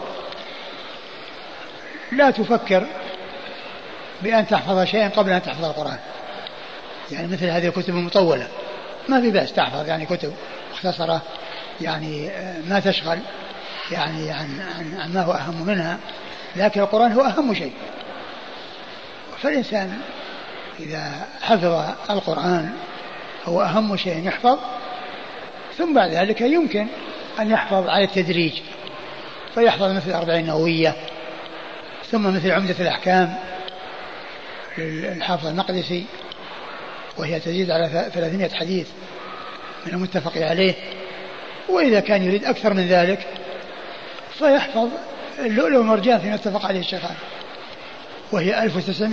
لا تفكر بأن تحفظ شيئا قبل أن تحفظ القرآن، يعني مثل هذه الكتب المطولة ما في بأس تحفظ، يعني كتب مختصرة يعني ما تشغل يعني عن ما هو أهم منها، لكن القرآن هو أهم شيء. فالإنسان إذا حفظ القرآن هو أهم شيء يحفظ، ثم بعد ذلك يمكن أن يحفظ على التدريج، فيحفظ مثل 40 نووية، ثم مثل عمدة الأحكام للحافظ المقدسي وهي تزيد على 300 حديث من المتفق عليه، وإذا كان يريد أكثر من ذلك فيحفظ اللؤلؤ والمرجان فيما اتفق عليه الشيخان، وهي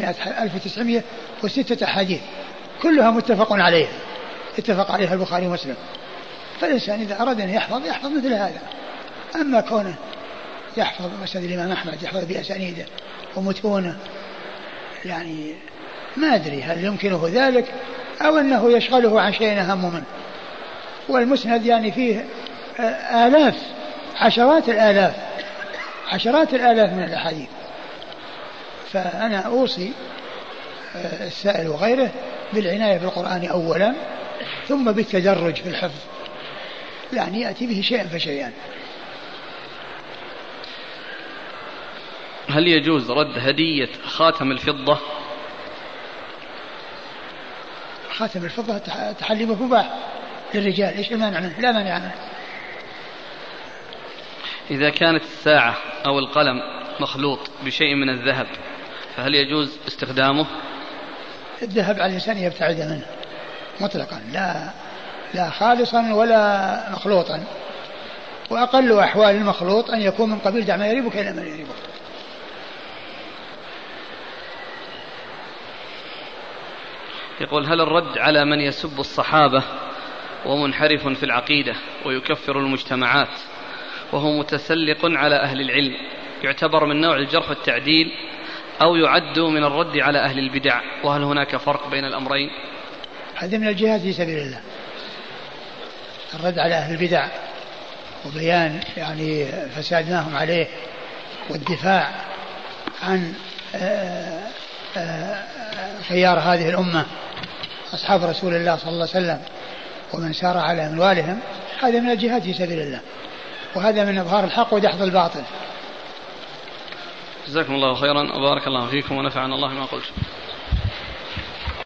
1906 حديث كلها متفق عليها، اتفق عليها البخاري ومسلم. فالإنسان إذا أراد أن يحفظ مثل هذا. أما كونه يحفظ مسند الإمام أحمد يحفظ بأسانيده ومتونه، يعني ما أدري هل يمكنه ذلك أو أنه يشغله عن شيء أهم منه. والمسند يعني فيه آلاف، عشرات الآلاف من الأحاديث. فأنا أوصي السائل وغيره بالعناية بالقرآن أولا، ثم بالتدرج في الحفظ، يعني يأتي به شيئا فشيئا. هل يجوز رد هدية خاتم الفضة؟ خاتم الفضة تحلي مباح للرجال، إيش المانع منه؟ لا مانع منه. إذا كانت الساعة أو القلم مخلوط بشيء من الذهب فهل يجوز استخدامه؟ الذهب على الإنسان يبتعد منه مطلقا، لا خالصا ولا مخلوطا، وأقل أحوال المخلوط أن يكون من قبيل دع ما يريبك إلى ما يريبك. يقول: هل الرد على من يسب الصحابة ومنحرف في العقيدة ويكفر المجتمعات وهو متسلق على أهل العلم يعتبر من نوع الجرح والتعديل أو يعد من الرد على أهل البدع، وهل هناك فرق بين الأمرين؟ هذا من الجهاد في سبيل الله، الرد على أهل البدع وبيان يعني فساد ما هم عليه، والدفاع عن خيار هذه الأمة أصحاب رسول الله صلى الله عليه وسلم ومن سار على منوالهم، هذا من الجهاد في سبيل الله، وهذا من إظهار الحق ودحض الباطل. جزاكم الله خيرا وبارك الله فيكم ونفعنا الله ما قلت.